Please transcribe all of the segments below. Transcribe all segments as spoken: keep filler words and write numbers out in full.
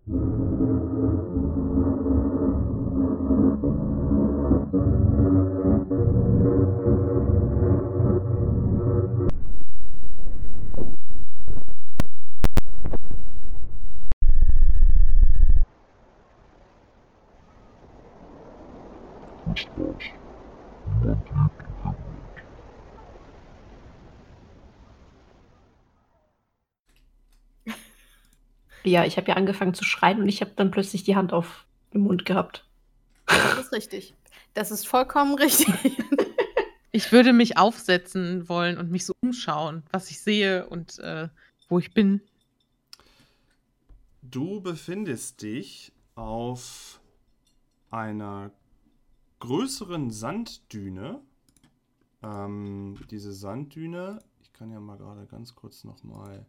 Ja, ich habe ja angefangen zu schreien und ich habe dann plötzlich die Hand auf dem Mund gehabt. Das ist richtig. Das ist vollkommen richtig. Ich würde mich aufsetzen wollen und mich so umschauen, was ich sehe und äh, wo ich bin. Du befindest dich auf einer größeren Sanddüne. Ähm, diese Sanddüne, ich kann ja mal gerade ganz kurz nochmal,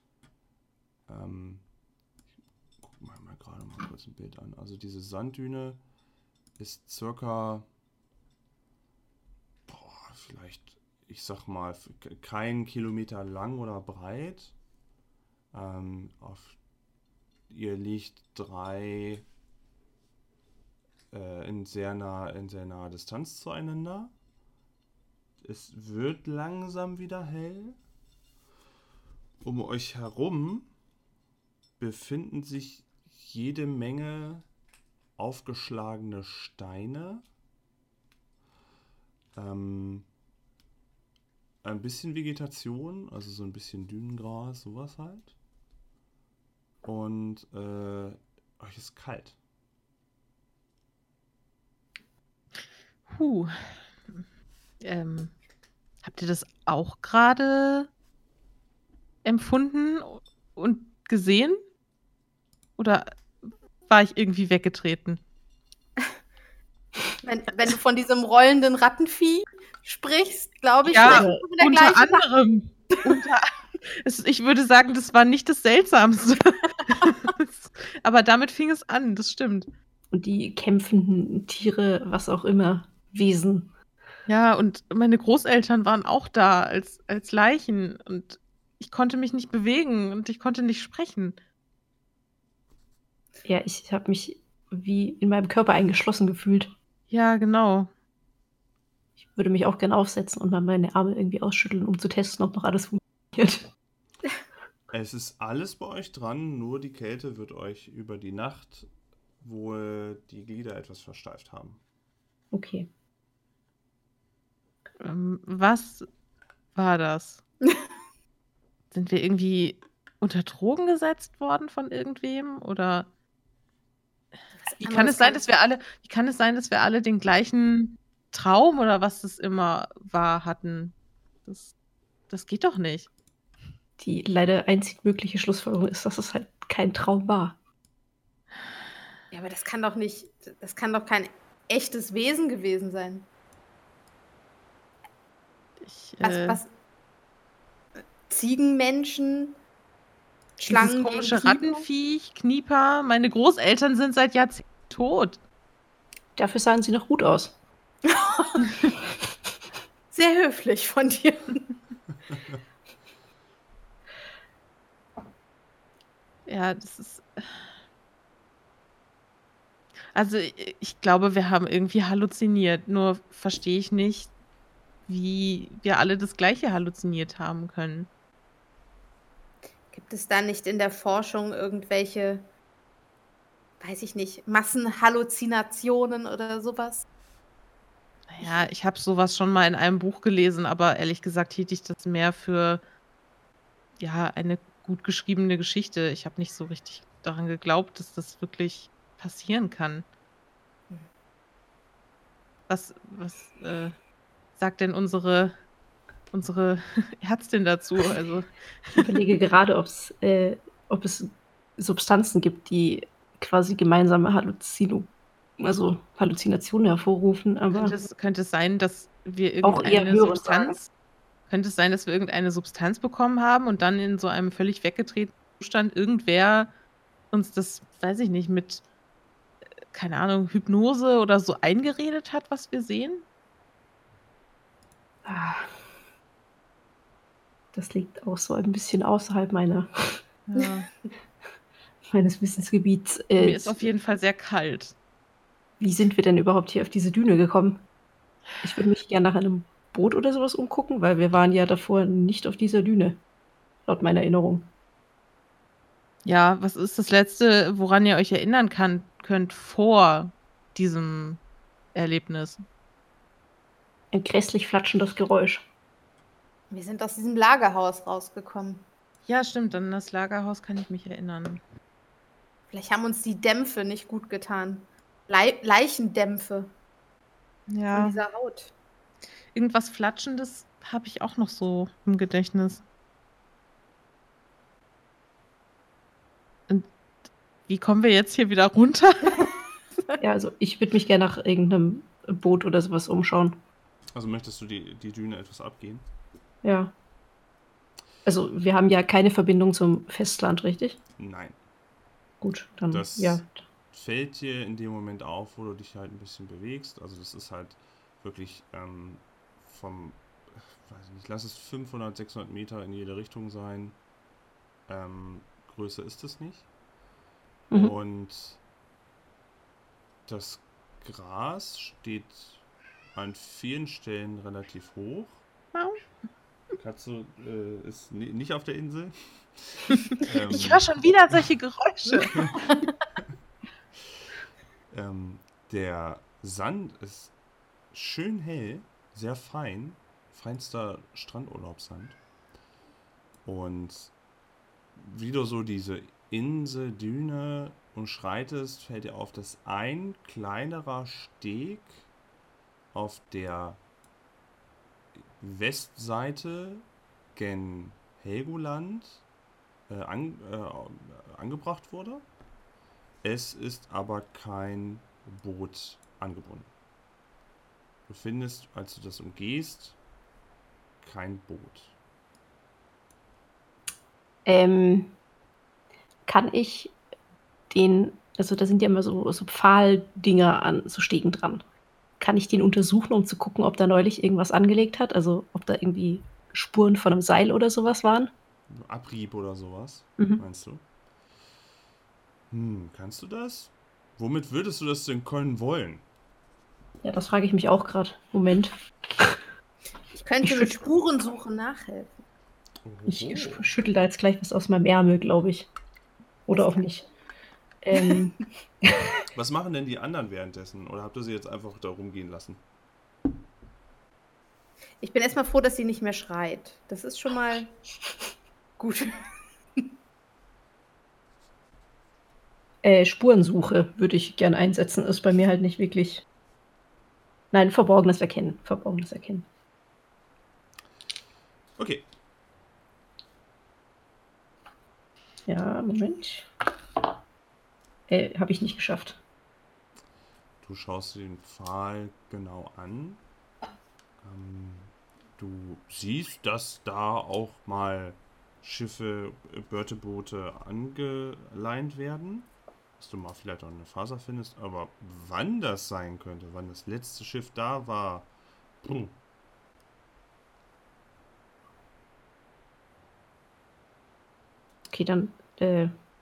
ähm, ich gucke mal, mal gerade mal kurz ein Bild an. Also diese Sanddüne ist circa, boah, vielleicht, ich sag mal, kein Kilometer lang oder breit. Ähm, auf ihr liegt drei äh, in sehr nah, in sehr naher Distanz zueinander. Es wird langsam wieder hell. Um euch herum befinden sich jede Menge aufgeschlagene Steine. Ähm, ein bisschen Vegetation, also so ein bisschen Dünengras, sowas halt. Und äh, euch ist kalt. Puh. Ähm, habt ihr das auch gerade empfunden und gesehen? Oder war ich irgendwie weggetreten? Wenn, wenn du von diesem rollenden Rattenvieh sprichst, glaube ich, Ja, sprechen wir von der unter gleichen Sache. anderem. unter, es, ich würde sagen, das war nicht das Seltsamste. Aber damit fing es an, das stimmt. Und die kämpfenden Tiere, was auch immer, Wesen. Ja, und meine Großeltern waren auch da als, als Leichen und ich konnte mich nicht bewegen und ich konnte nicht sprechen. Ja, ich habe mich wie in meinem Körper eingeschlossen gefühlt. Ja, genau. Ich würde mich auch gerne aufsetzen und mal meine Arme irgendwie ausschütteln, um zu testen, ob noch alles funktioniert. Es ist alles bei euch dran, nur die Kälte wird euch über die Nacht wohl die Glieder etwas versteift haben. Okay. Ähm, was war das? Sind wir irgendwie unter Drogen gesetzt worden von irgendwem? Oder wie kann es sein, dass wir alle, wie kann es sein, dass wir alle den gleichen Traum oder was das immer war hatten? Das, das geht doch nicht. Die leider einzig mögliche Schlussfolgerung ist, dass es halt kein Traum war. Ja, aber das kann doch nicht, das kann doch kein echtes Wesen gewesen sein. Ich, Was, äh, was? Ziegenmenschen? dieses Schlangen komische gegen Knieper? Rattenviech, Knieper. Meine Großeltern sind seit Jahrzehnten tot. Dafür sahen sie noch gut aus. Sehr höflich von dir. Ja, das ist. Also, ich, ich glaube, wir haben irgendwie halluziniert. Nur verstehe ich nicht, wie wir alle das Gleiche halluziniert haben können. Gibt es da nicht in der Forschung irgendwelche, weiß ich nicht, Massenhalluzinationen oder sowas? Naja, ich habe sowas schon mal in einem Buch gelesen, aber ehrlich gesagt hielt ich das mehr für ja eine gut geschriebene Geschichte. Ich habe nicht so richtig daran geglaubt, dass das wirklich passieren kann. Was, was äh, sagt denn unsere, unsere Ärztin dazu? Also, Ich überlege gerade, ob's, äh, ob es Substanzen gibt, die quasi gemeinsame Halluzino, also Halluzinationen hervorrufen, aber könnte es, könnte es sein, dass wir auch eher irgendeine hören Substanz, könnte es sein, dass wir irgendeine Substanz bekommen haben und dann in so einem völlig weggetretenen Zustand irgendwer uns das, weiß ich nicht, mit, äh, keine Ahnung, Hypnose oder so eingeredet hat, was wir sehen? ah, das liegt auch so ein bisschen außerhalb meiner Ja. meines Wissensgebiets. Mir Äh, ist auf jeden Fall sehr kalt. wie sind wir denn überhaupt hier auf diese Düne gekommen? Ich würde mich gerne nach einem Boot oder sowas umgucken, weil wir waren ja davor nicht auf dieser Düne. Laut meiner Erinnerung. Ja, was ist das Letzte, woran ihr euch erinnern kann, könnt vor diesem Erlebnis? Ein grässlich flatschendes Geräusch. Wir sind aus diesem Lagerhaus rausgekommen. Ja, stimmt, an das Lagerhaus kann ich mich erinnern. Vielleicht haben uns die Dämpfe nicht gut getan. Le Leichendämpfe von Ja, dieser Haut. irgendwas Flatschendes habe ich auch noch so im Gedächtnis. Und wie kommen wir jetzt hier wieder runter? Ja, also ich würde mich gerne nach irgendeinem Boot oder sowas umschauen. Also möchtest du die, die Düne etwas abgehen? Ja. Also wir haben ja keine Verbindung zum Festland, richtig? Nein. Gut, dann Das ja. fällt dir in dem Moment auf, wo du dich halt ein bisschen bewegst. Also das ist halt wirklich ähm, vom, weiß ich nicht, lass es fünfhundert, sechshundert Meter in jede Richtung sein. Ähm, größer ist es nicht. Mhm. Und das Gras steht an vielen Stellen relativ hoch. Mau. Katze äh, ist ni- nicht auf der Insel. ähm, Ich höre schon wieder solche Geräusche. ähm, der Sand ist schön hell, sehr fein, feinster Strandurlaubssand. Und wie du so diese Inseldüne umschreitest, fällt dir auf, dass ein kleinerer Steg auf der Westseite gen Helgoland äh, an, äh, angebracht wurde. Es ist aber kein Boot angebunden. Du findest, als du das umgehst, kein Boot. Ähm, kann ich den, also da sind ja immer so, so Pfahldinger an so Stegen dran. Kann ich den untersuchen, um zu gucken, ob da neulich irgendwas angelegt hat? Also ob da irgendwie Spuren von einem Seil oder sowas waren? Abrieb oder sowas, Mhm. meinst du? Hm, kannst du das? Womit würdest du das denn können wollen? Ja, das frage ich mich auch gerade. Moment. Ich könnte Ich mit schütt- Spurensuche nachhelfen. Ich Oho. sch- schüttel da jetzt gleich was aus meinem Ärmel, glaube ich. Oder auch nicht. Ähm, Was machen denn die anderen währenddessen? Oder habt ihr sie jetzt einfach da rumgehen lassen? Ich bin erstmal froh, dass sie nicht mehr schreit. Das ist schon mal gut. äh, Spurensuche würde ich gern einsetzen. Ist bei mir halt nicht wirklich. Nein, verborgenes Erkennen. Verborgenes Erkennen. Okay. Ja, Moment. Äh, habe ich nicht geschafft. Du schaust dir den Pfahl genau an. Ähm, du siehst, dass da auch mal Schiffe, äh, Börteboote angeleint werden. Dass du mal vielleicht auch eine Faser findest. Aber wann das sein könnte, wann das letzte Schiff da war, puh. Okay, dann äh,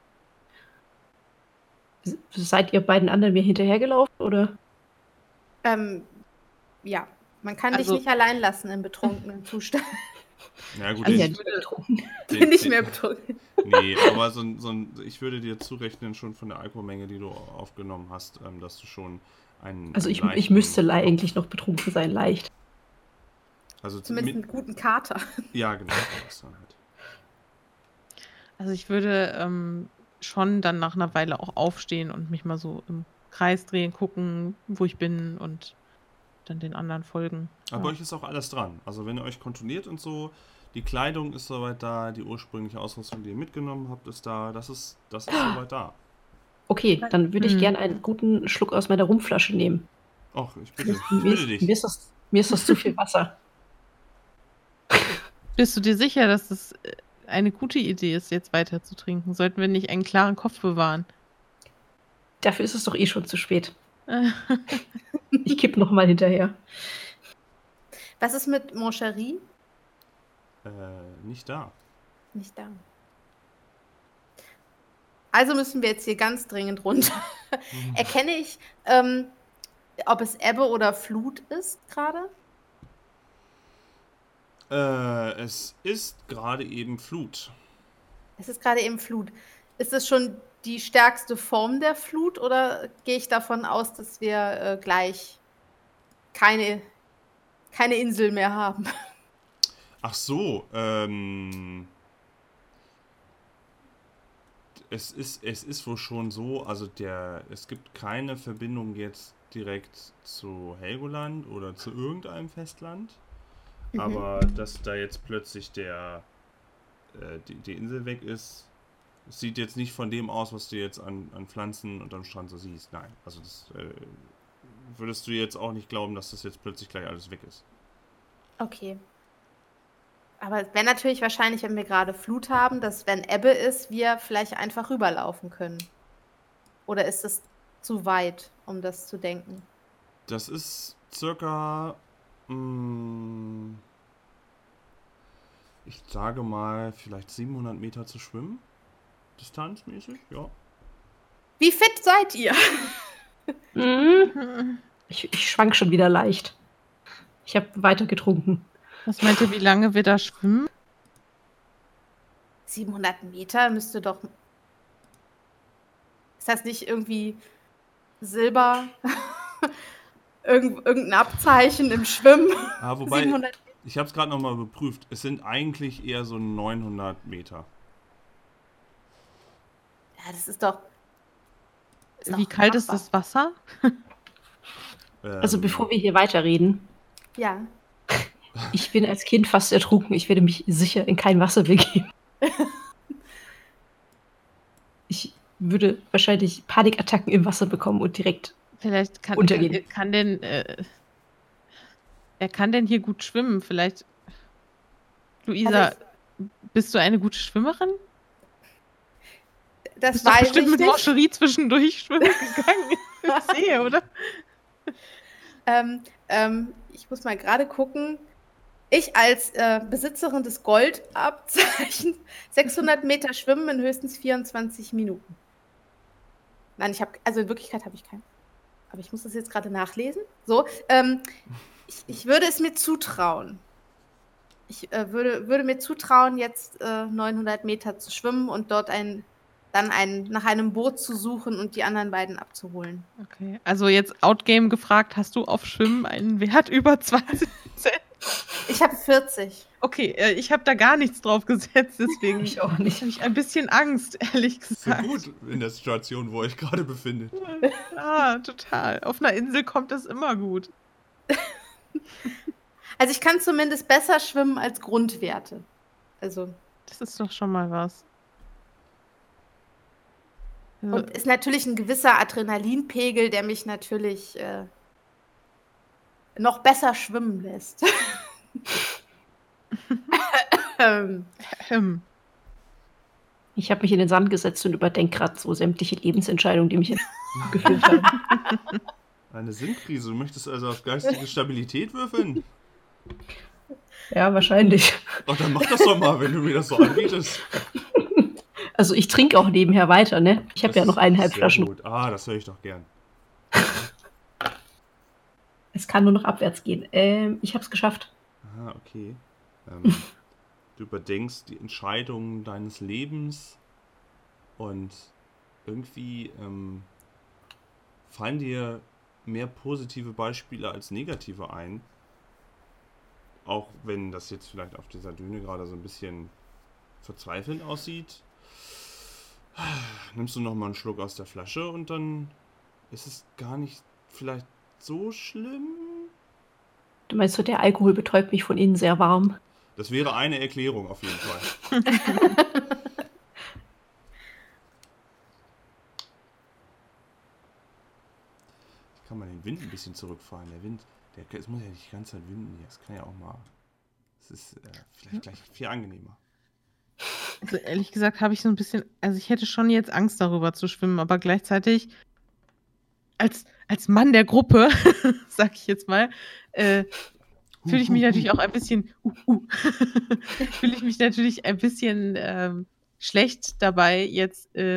s- seid ihr beiden anderen mir hinterhergelaufen, oder? Ähm, ja, man kann Also- dich nicht allein lassen im betrunkenen Zustand. Ja gut, Also Ja, ich nicht würde- mehr betrunken. den, nicht den, mehr betrunken. Nee, aber so ein, so ein, ich würde dir zurechnen schon von der Alkoholmenge, die du aufgenommen hast, ähm, dass du schon einen. Also einen ich, ich leichten müsste le- Kopf- eigentlich noch betrunken sein, leicht. Also Zumindest mit, einen guten Kater. ja, genau. Das dann halt. Also ich würde ähm, schon dann nach einer Weile auch aufstehen und mich mal so im Kreis drehen, gucken, wo ich bin und dann den anderen folgen. Aber Ja. bei euch ist auch alles dran. Also wenn ihr euch kontrolliert und so, die Kleidung ist soweit da, die ursprüngliche Ausrüstung, die ihr mitgenommen habt, ist da. Das ist, das ist soweit da. Okay, dann würde ich Mhm. gern einen guten Schluck aus meiner Rumflasche nehmen. Och, ich bitte, ich mir, bitte ist, dich. mir, ist das, mir ist das zu viel Wasser. Bist du dir sicher, dass es äh, eine gute Idee ist, jetzt weiter zu trinken? Sollten wir nicht einen klaren Kopf bewahren? Dafür ist es doch eh schon zu spät. Ich kipp noch mal hinterher. Was ist mit Moncherie? Äh, nicht da. Nicht da. Also müssen wir jetzt hier ganz dringend runter. Erkenne ich, ähm, ob es Ebbe oder Flut ist gerade? Äh, es ist gerade eben Flut. Es ist gerade eben Flut. Ist es schon die stärkste Form der Flut oder gehe ich davon aus, dass wir äh, gleich keine, keine Insel mehr haben? Ach so, ähm... Es ist, es ist wohl schon so, also der, es gibt keine Verbindung jetzt direkt zu Helgoland oder zu irgendeinem Festland. Mhm. Aber dass da jetzt plötzlich der, äh, die, die Insel weg ist, sieht jetzt nicht von dem aus, was du jetzt an, an Pflanzen und am Strand so siehst. Nein, also das äh, würdest du jetzt auch nicht glauben, dass das jetzt plötzlich gleich alles weg ist. Okay. Aber es wäre natürlich wahrscheinlich, wenn wir gerade Flut haben, dass, wenn Ebbe ist, wir vielleicht einfach rüberlaufen können. Oder ist es zu weit, um das zu denken? Das ist circa, mh, ich sage mal, vielleicht siebenhundert Meter zu schwimmen. Distanzmäßig, ja. Wie fit seid ihr? Mhm. Ich, ich schwank schon wieder leicht. Ich habe weiter getrunken. Was meint ihr, wie lange wir da schwimmen? siebenhundert Meter müsste doch... Ist das nicht irgendwie Silber? Irgend, irgendein Abzeichen im Schwimmen? Ah, wobei, siebenhundert ich habe es gerade nochmal überprüft. Es sind eigentlich eher so neunhundert Meter. Ja, das ist doch... ist doch Wie kalt ist machbar. das Wasser? Also Ähm, bevor wir hier weiterreden, Ja. ich bin als Kind fast ertrunken. Ich werde mich sicher in kein Wasser begeben. Ich würde wahrscheinlich Panikattacken im Wasser bekommen und direkt Vielleicht kann, Untergehen. kann, kann denn, äh, wer kann denn hier gut schwimmen? Vielleicht, Luisa, Also bist du eine gute Schwimmerin? Das Bist doch weiß bestimmt ich mit nicht. Moscherie zwischendurch schwimmen gegangen. Ich sehe, oder? Ähm, ähm, ich muss mal gerade gucken. Ich als äh, Besitzerin des Goldabzeichens sechshundert Meter schwimmen in höchstens vierundzwanzig Minuten. Nein, ich habe, also in Wirklichkeit habe ich keinen. Aber ich muss das jetzt gerade nachlesen. So, ähm, ich, ich würde es mir zutrauen. Ich äh, würde, würde mir zutrauen, jetzt äh, neunhundert Meter zu schwimmen und dort ein, dann ein, nach einem Boot zu suchen und die anderen beiden abzuholen. Okay, also jetzt Outgame gefragt, hast du auf Schwimmen einen Wert über zwanzig Prozent? Ich habe vierzig. Okay, äh, ich habe da gar nichts drauf gesetzt, deswegen ich auch nicht. habe ich ein bisschen Angst, ehrlich sehr gesagt. gut in der Situation, wo ihr euch gerade befindet. Ja, total. Auf einer Insel kommt das immer gut. Also ich kann zumindest besser schwimmen als Grundwerte. Also, Das ist doch schon mal was. Also, und ist natürlich ein gewisser Adrenalinpegel, der mich natürlich äh, noch besser schwimmen lässt. ähm, ähm, Ich habe mich in den Sand gesetzt und überdenke gerade so sämtliche Lebensentscheidungen, die mich jetzt geführt haben. Eine Sinnkrise. Du möchtest also auf geistige Stabilität würfeln? Ja, wahrscheinlich. Ach, dann mach das doch mal, wenn du mir das so anbietest. Also ich trinke auch nebenher weiter, ne? Ich habe Das ja noch ist eineinhalb sehr Flaschen. gut. Ah, das höre ich doch gern. Es kann nur noch abwärts gehen. Ähm, ich habe es geschafft. Ah, okay. Ähm, du überdenkst die Entscheidungen deines Lebens und irgendwie ähm, fallen dir mehr positive Beispiele als negative ein. Auch wenn das jetzt vielleicht auf dieser Düne gerade so ein bisschen verzweifelnd aussieht. Nimmst du noch mal einen Schluck aus der Flasche und dann ist es gar nicht vielleicht so schlimm. Du meinst so, der Alkohol betäubt mich von innen sehr warm. Das wäre eine Erklärung auf jeden Fall. Ich kann mal den Wind ein bisschen zurückfahren. Der Wind, der, es muss ja nicht die ganze Zeit winden hier. Das kann ja auch mal. Es ist äh, vielleicht gleich viel angenehmer. also ehrlich gesagt habe ich so ein bisschen, also ich hätte schon jetzt Angst darüber zu schwimmen, aber gleichzeitig als, als Mann der Gruppe, sag ich jetzt mal, äh, fühle ich mich natürlich auch ein bisschen, uh, uh, fühle ich mich natürlich ein bisschen ähm, schlecht dabei, jetzt äh,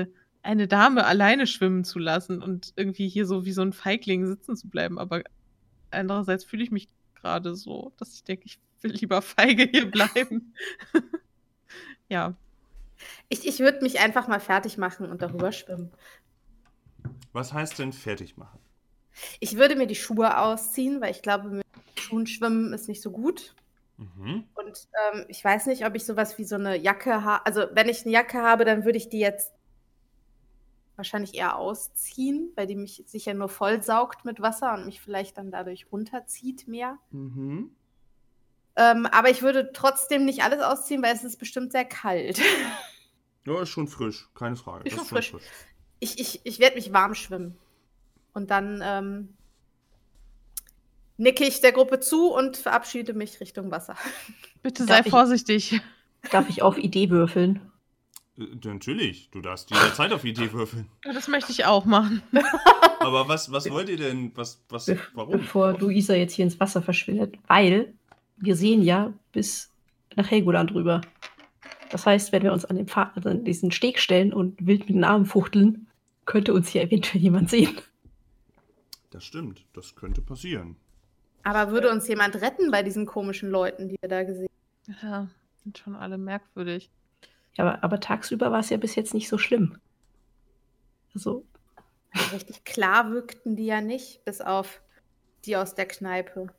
eine Dame alleine schwimmen zu lassen und irgendwie hier so wie so ein Feigling sitzen zu bleiben. Aber andererseits fühle ich mich gerade so, dass ich denke, ich will lieber feige hier bleiben. Ja. Ich, ich würde mich einfach mal fertig machen und darüber schwimmen. Was heißt denn fertig machen? Ich würde mir die Schuhe ausziehen, weil ich glaube, mit Schuhen schwimmen ist nicht so gut. Mhm. Und ähm, ich weiß nicht, ob ich sowas wie so eine Jacke habe. Also wenn ich eine Jacke habe, dann würde ich die jetzt wahrscheinlich eher ausziehen, weil die mich sicher nur vollsaugt mit Wasser und mich vielleicht dann dadurch runterzieht mehr. Mhm. Ähm, aber ich würde trotzdem nicht alles ausziehen, weil es ist bestimmt sehr kalt. Ja, ist schon frisch, keine Frage. Ist Das schon ist schon frisch. Ich, ich, ich werde mich warm schwimmen. Und dann ähm, nicke ich der Gruppe zu und verabschiede mich Richtung Wasser. Bitte Darf sei ich- vorsichtig. Darf ich auf Idee würfeln? Äh, natürlich, du darfst jederzeit auf Idee würfeln. Ja, das möchte ich auch machen. Aber was, was wollt ihr denn? Was, was, Be warum? Bevor Luisa jetzt hier ins Wasser verschwindet. Weil wir sehen ja bis nach Helgoland rüber. Das heißt, wenn wir uns an den Pfad, also an diesen Steg stellen und wild mit den Armen fuchteln, könnte uns hier eventuell jemand sehen. Das stimmt, das könnte passieren. Aber würde uns jemand retten bei diesen komischen Leuten, die wir da gesehen Ja, sind schon alle merkwürdig. Ja, aber, aber tagsüber war es ja bis jetzt nicht so schlimm. Also, haben? Richtig klar wirkten die ja nicht, bis auf die aus der Kneipe.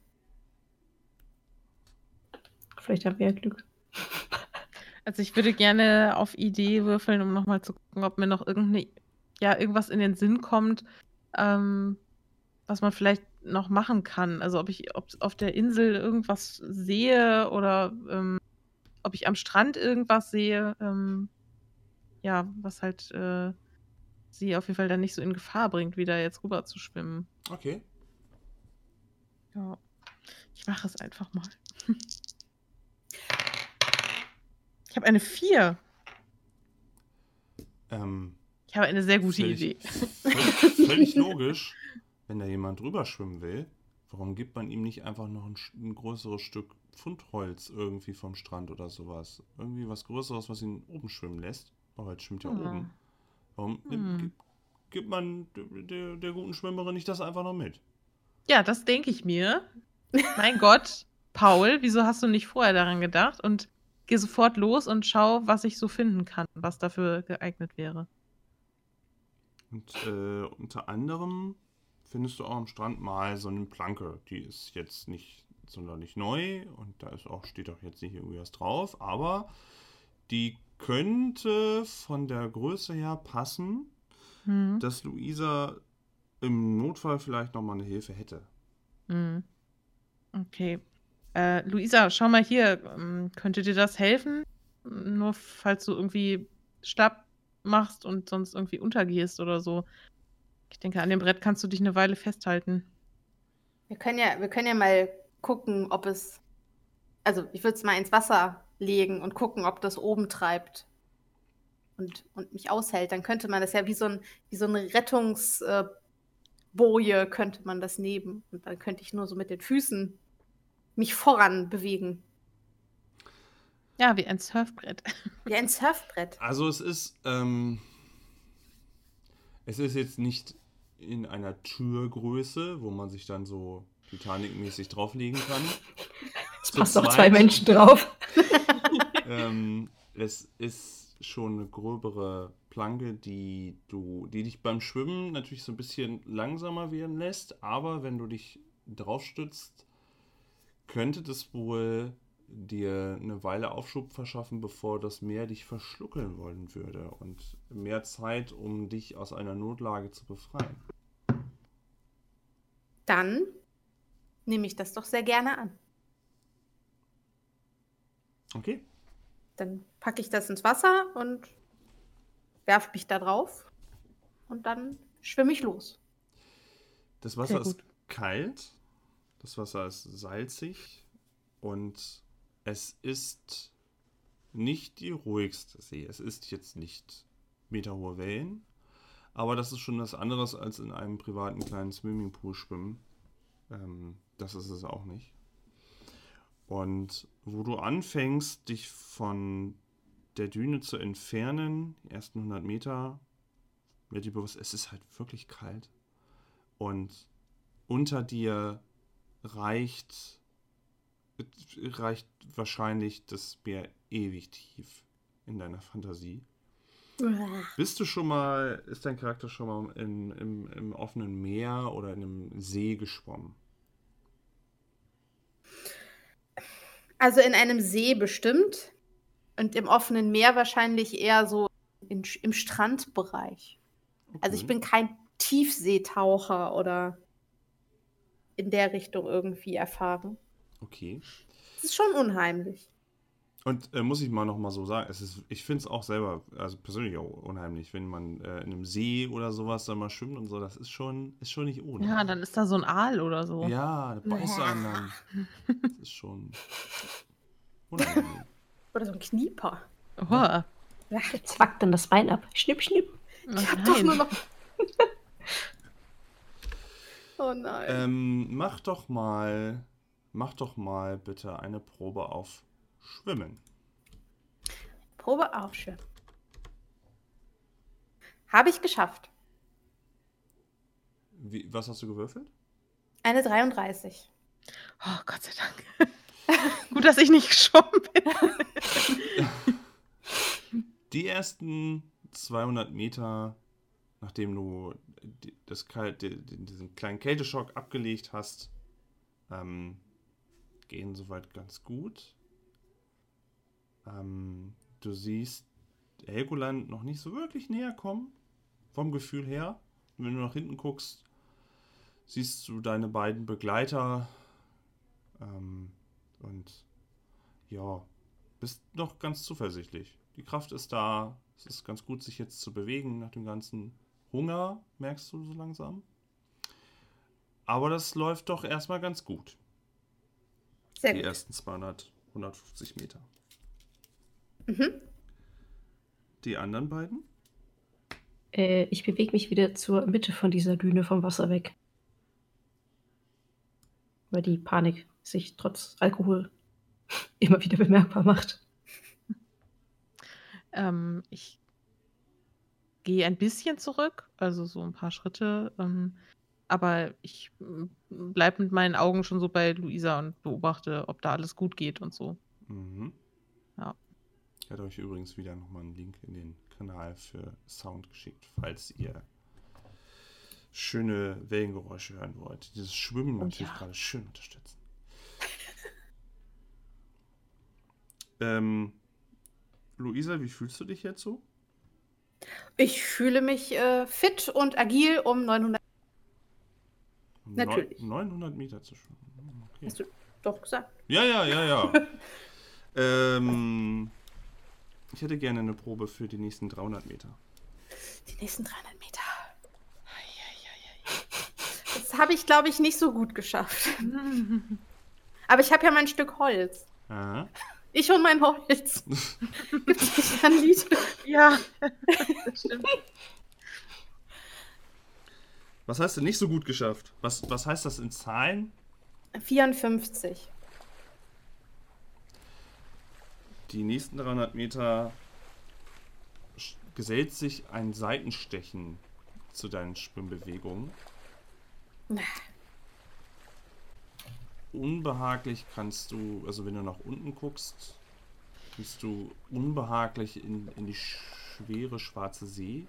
vielleicht haben wir ja Glück. Also ich würde gerne auf Idee würfeln, um nochmal zu gucken, ob mir noch irgendeine, ja, irgendwas in den Sinn kommt, ähm, was man vielleicht noch machen kann. Also ob ich ob auf der Insel irgendwas sehe oder ähm, ob ich am Strand irgendwas sehe, ähm, ja, was halt äh, sie auf jeden Fall dann nicht so in Gefahr bringt, wieder jetzt rüber zu schwimmen. Okay. Ja. Ich mache es einfach mal. Ich habe eine vier. Ähm, Ich habe eine sehr gute völlig, Idee. Völlig, völlig logisch, wenn da jemand drüber schwimmen will, warum gibt man ihm nicht einfach noch ein, ein größeres Stück Pfundholz irgendwie vom Strand oder sowas? Irgendwie was Größeres, was ihn oben schwimmen lässt. Aber Holz schwimmt ja Hm. oben. Warum Hm. gibt, gibt man der, der, der guten Schwimmerin nicht das einfach noch mit? Ja, das denke ich mir. Mein Gott, Paul, wieso hast du nicht vorher daran gedacht? Und geh sofort los und schau, was ich so finden kann, was dafür geeignet wäre. Und äh, unter anderem findest du auch am Strand mal so eine Planke. Die ist jetzt nicht sonderlich neu und da ist auch, steht auch jetzt nicht irgendwie was drauf, aber die könnte von der Größe her passen, Hm. dass Luisa im Notfall vielleicht nochmal eine Hilfe hätte. Hm. Okay. Äh, Luisa, schau mal hier. ähm, Könnte dir das helfen? Nur falls du irgendwie schlapp machst und sonst irgendwie untergehst oder so. Ich denke, an dem Brett kannst du dich eine Weile festhalten. Wir können ja, wir können ja mal gucken, ob es. Also, ich würde es mal ins Wasser legen und gucken, ob das oben treibt und, und mich aushält. Dann könnte man das ja wie so, ein, wie so eine Rettungsboje könnte man das nehmen. Und dann könnte ich nur so mit den Füßen mich voran bewegen. Ja, wie ein Surfbrett. Wie ein Surfbrett. Also es ist, ähm, es ist jetzt nicht in einer Türgröße, wo man sich dann so Titanic-mäßig drauflegen kann. Es Zu passt auch zweit. zwei Menschen drauf. ähm, es ist schon eine gröbere Planke, die du, die dich beim Schwimmen natürlich so ein bisschen langsamer werden lässt, aber wenn du dich drauf stützt, könnte das wohl dir eine Weile Aufschub verschaffen, bevor das Meer dich verschlucken wollen würde und mehr Zeit, um dich aus einer Notlage zu befreien. Dann nehme ich das doch sehr gerne an. Okay. Dann packe ich das ins Wasser und werfe mich da drauf. Und dann schwimme ich los. Das Wasser Sehr ist kalt, das Wasser ist salzig und es ist nicht die ruhigste See. Es ist jetzt nicht meterhohe Wellen, aber das ist schon was anderes als in einem privaten kleinen Swimmingpool schwimmen. Ähm, das ist es auch nicht. Und wo du anfängst, dich von der Düne zu entfernen, die ersten hundert Meter, wird dir bewusst, es ist halt wirklich kalt. Und unter dir reicht, reicht wahrscheinlich das Meer ewig tief in deiner Fantasie. Bist du schon mal, ist dein Charakter schon mal in, im, im offenen Meer oder in einem See geschwommen? Also in einem See bestimmt und im offenen Meer wahrscheinlich eher so in, im Strandbereich. Okay. Also ich bin kein Tiefseetaucher oder in der Richtung irgendwie erfahren. Okay. Es ist schon unheimlich. Und äh, muss ich mal noch mal so sagen, es ist, ich finde es auch selber, also persönlich auch unheimlich, wenn man äh, in einem See oder sowas da mal schwimmt und so, das ist schon, ist schon nicht ohne. Ja, dann ist da so ein Aal oder so. Ja, da beißt du einen dann. Das ist schon unangenehm. Oder so ein Knieper. Oh. Jetzt wackt dann das Bein ab. Schnipp, schnipp. Oh, Ich hab doch nein. nur noch... Oh nein. Ähm, mach doch mal, mach doch mal bitte eine Probe auf Schwimmen. Probe aufschwimmen. Habe ich geschafft. Wie, was hast du gewürfelt? Eine dreiunddreißig. Oh, Gott sei Dank. Gut, dass ich nicht geschwommen bin. Die ersten zweihundert Meter, nachdem du die- das Kal die, die, diesen kleinen Kälteschock abgelegt hast, ähm, gehen soweit ganz gut. Ähm, du siehst Helgoland noch nicht so wirklich näher kommen, vom Gefühl her. Und wenn du nach hinten guckst, siehst du deine beiden Begleiter ähm, und ja, bist noch ganz zuversichtlich. Die Kraft ist da, es ist ganz gut, sich jetzt zu bewegen nach dem ganzen Hunger, merkst du so langsam. Aber das läuft doch erstmal ganz gut. Sehr Die gut. ersten zweihundert, hundertfünfzig Meter. Mhm. Die anderen beiden? Äh, ich bewege mich wieder zur Mitte von dieser Düne vom Wasser weg. Weil die Panik sich trotz Alkohol immer wieder bemerkbar macht. Ähm, ich gehe ein bisschen zurück, also so ein paar Schritte. Ähm, aber ich bleibe mit meinen Augen schon so bei Luisa und beobachte, ob da alles gut geht und so. Mhm. Ja. Ich hatte euch übrigens wieder nochmal einen Link in den Kanal für Sound geschickt, falls ihr schöne Wellengeräusche hören wollt. Dieses Schwimmen Oh natürlich ja. gerade schön unterstützen. ähm, Luisa, wie fühlst du dich jetzt so? Ich fühle mich äh, fit und agil um neunhundert. Um Natürlich. neun- neunhundert Meter zu schwimmen. Hm, Okay. Hast du doch gesagt. Ja, ja, ja, ja. ähm, ich hätte gerne eine Probe für die nächsten dreihundert Meter. Die nächsten dreihundert Meter. Das habe ich, glaube ich, nicht so gut geschafft. Aber ich habe ja mein Stück Holz. Aha. Ich und mein Holz. Gibt es nicht ein Lied? Ja, das stimmt. Was hast du nicht so gut geschafft? Was, was heißt das in Zahlen? vierundfünfzig. Die nächsten dreihundert Meter sch- gesellt sich ein Seitenstechen zu deinen Schwimmbewegungen. Unbehaglich kannst du, also wenn du nach unten guckst, kannst du unbehaglich in, in die schwere schwarze See.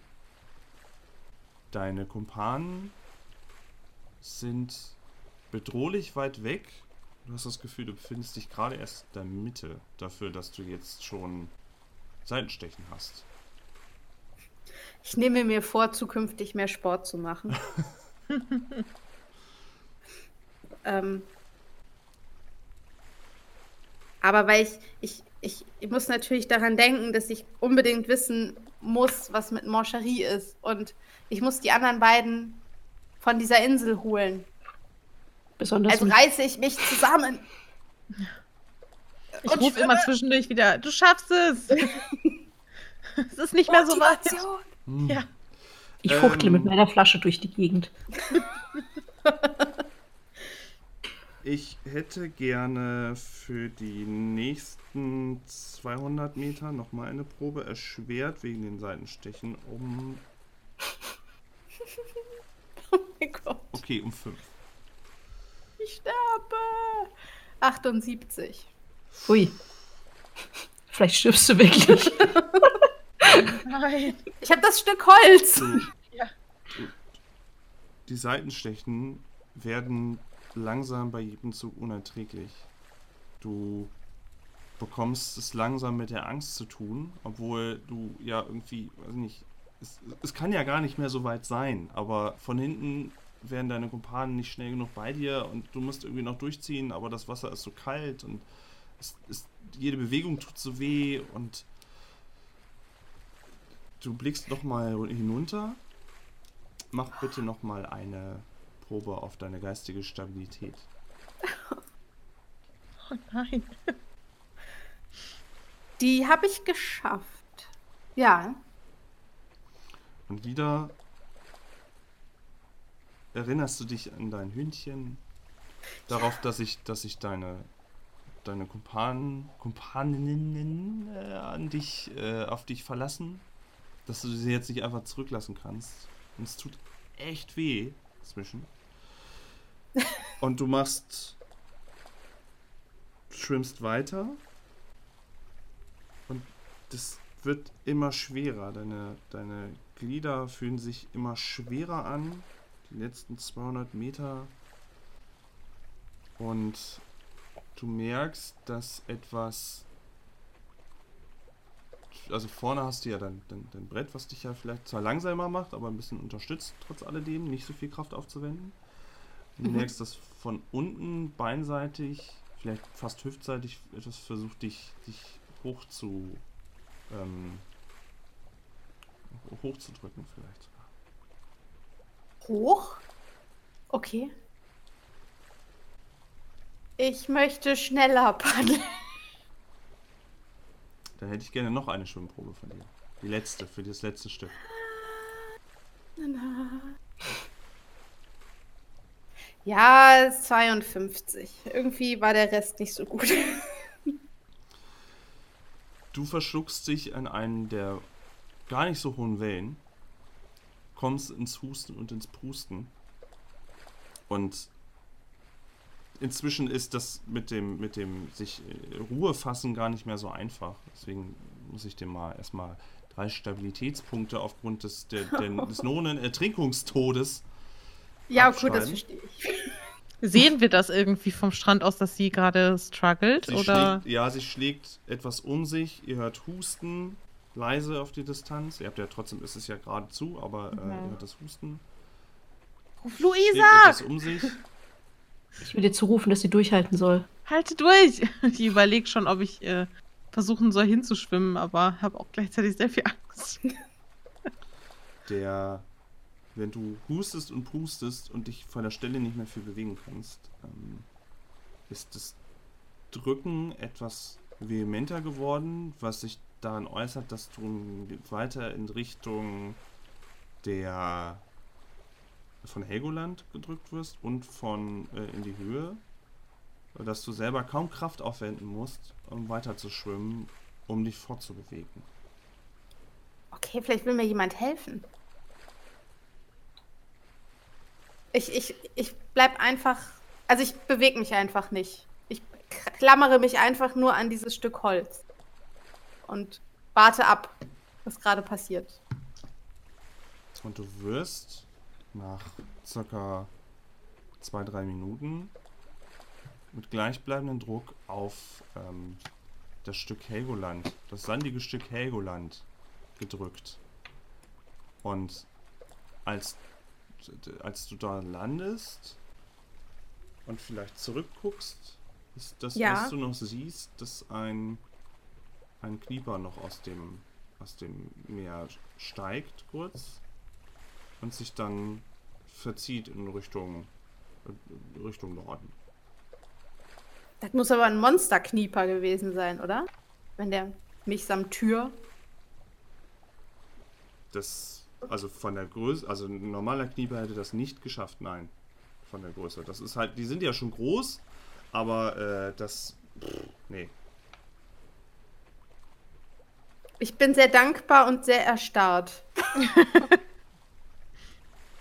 Deine Kumpanen sind bedrohlich weit weg. Du hast das Gefühl, du befindest dich gerade erst in der Mitte dafür, dass du jetzt schon Seitenstechen hast. Ich nehme mir vor, zukünftig mehr Sport zu machen. ähm, aber weil ich, ich, ich, ich muss natürlich daran denken, dass ich unbedingt wissen muss, was mit Moncherie ist. Und ich muss die anderen beiden von dieser Insel holen. Besonders Also mit- reiße ich mich zusammen. Ich Und rufe immer schwimme. zwischendurch wieder, du schaffst es! Es ist nicht mehr so weit. Motivation. Hm. Ja. ich fuchtle Ähm. mit meiner Flasche durch die Gegend. Ich hätte gerne für die nächsten zweihundert Meter nochmal eine Probe erschwert wegen den Seitenstechen um Oh mein Gott. Okay, um fünf. Ich sterbe. achtundsiebzig. Hui. Vielleicht stirbst du wirklich. Nein. Ich habe das Stück Holz. Du, Ja. du, die Seitenstechen werden langsam bei jedem Zug unerträglich. Du bekommst es langsam mit der Angst zu tun, obwohl du ja irgendwie, weiß nicht, es, es kann ja gar nicht mehr so weit sein, aber von hinten werden deine Kumpanen nicht schnell genug bei dir und du musst irgendwie noch durchziehen, aber das Wasser ist so kalt und es ist, jede Bewegung tut so weh und du blickst nochmal hinunter. Mach bitte nochmal eine Probe auf deine geistige Stabilität. Oh nein. Die habe ich geschafft. Ja. Und wieder erinnerst du dich an dein Hündchen, darauf, dass ich, dass ich deine, deine Kumpanen, Kumpaninnen äh, an dich, äh, auf dich verlassen, dass du sie jetzt nicht einfach zurücklassen kannst. Und es tut echt weh zwischen. Und du machst, schwimmst weiter und das wird immer schwerer. Deine, deine Glieder fühlen sich immer schwerer an. Die letzten zweihundert Meter. Und du merkst, dass etwas... Also vorne hast du ja dein, dein, dein Brett, was dich ja vielleicht zwar langsamer macht, aber ein bisschen unterstützt, trotz alledem, nicht so viel Kraft aufzuwenden. Du Mhm. merkst, dass von unten beinseitig, vielleicht fast hüftseitig, etwas versucht, dich, dich hoch zu... Ähm, hochzudrücken vielleicht sogar. Hoch? Okay. Ich möchte schneller paddeln. Dann hätte ich gerne noch eine Schwimmprobe von dir. Die letzte, für das letzte Stück. Ja, zweiundfünfzig. Irgendwie war der Rest nicht so gut. Du verschluckst dich an einen der gar nicht so hohen Wellen, kommst ins Husten und ins Prusten und inzwischen ist das mit dem, mit dem sich äh, Ruhe fassen gar nicht mehr so einfach. Deswegen muss ich dir mal erstmal drei Stabilitätspunkte aufgrund des, der, der, des nonen Ertrinkungstodes Ja, gut, das abschreiben. verstehe ich. Sehen wir das irgendwie vom Strand aus, dass sie gerade struggelt? Sie Oder? schlägt, ja, sie schlägt etwas um sich. Ihr hört Husten, leise auf die Distanz. Ihr habt ja trotzdem, ist es ja gerade zu, aber äh, Mhm. ihr hört das Husten. Ruf Schlägt Luisa! etwas um sich. Ich will dir zurufen, dass sie durchhalten soll. Halte durch! Ich überlege schon, ob ich äh, versuchen soll hinzuschwimmen, aber habe auch gleichzeitig sehr viel Angst. Der, wenn du hustest und pustest und dich von der Stelle nicht mehr viel bewegen kannst, ähm, ist das Drücken etwas vehementer geworden, was sich daran äußert, dass du weiter in Richtung der von Helgoland gedrückt wirst und von äh, in die Höhe, dass du selber kaum Kraft aufwenden musst, um weiter zu schwimmen, um dich fortzubewegen. Okay, vielleicht will mir jemand helfen. Ich, ich, ich bleib einfach. Also ich bewege mich einfach nicht. Ich klammere mich einfach nur an dieses Stück Holz. Und warte ab, was gerade passiert. Und du wirst nach circa zwei, drei Minuten mit gleichbleibendem Druck auf ähm, das Stück Helgoland, das sandige Stück Helgoland gedrückt. Und als, als du da landest und vielleicht zurückguckst, ist das, Ja. was du noch siehst, dass ein, ein Knieper noch aus dem, aus dem Meer steigt kurz und sich dann verzieht in Richtung, in Richtung Norden. Das muss aber ein Monsterknieper gewesen sein, oder? Wenn der mich samt Tür. Das, also von der Größe, also ein normaler Knieper hätte das nicht geschafft, nein. Von der Größe. Das ist halt, die sind ja schon groß, aber äh, das, pff, nee. Ich bin sehr dankbar und sehr erstarrt.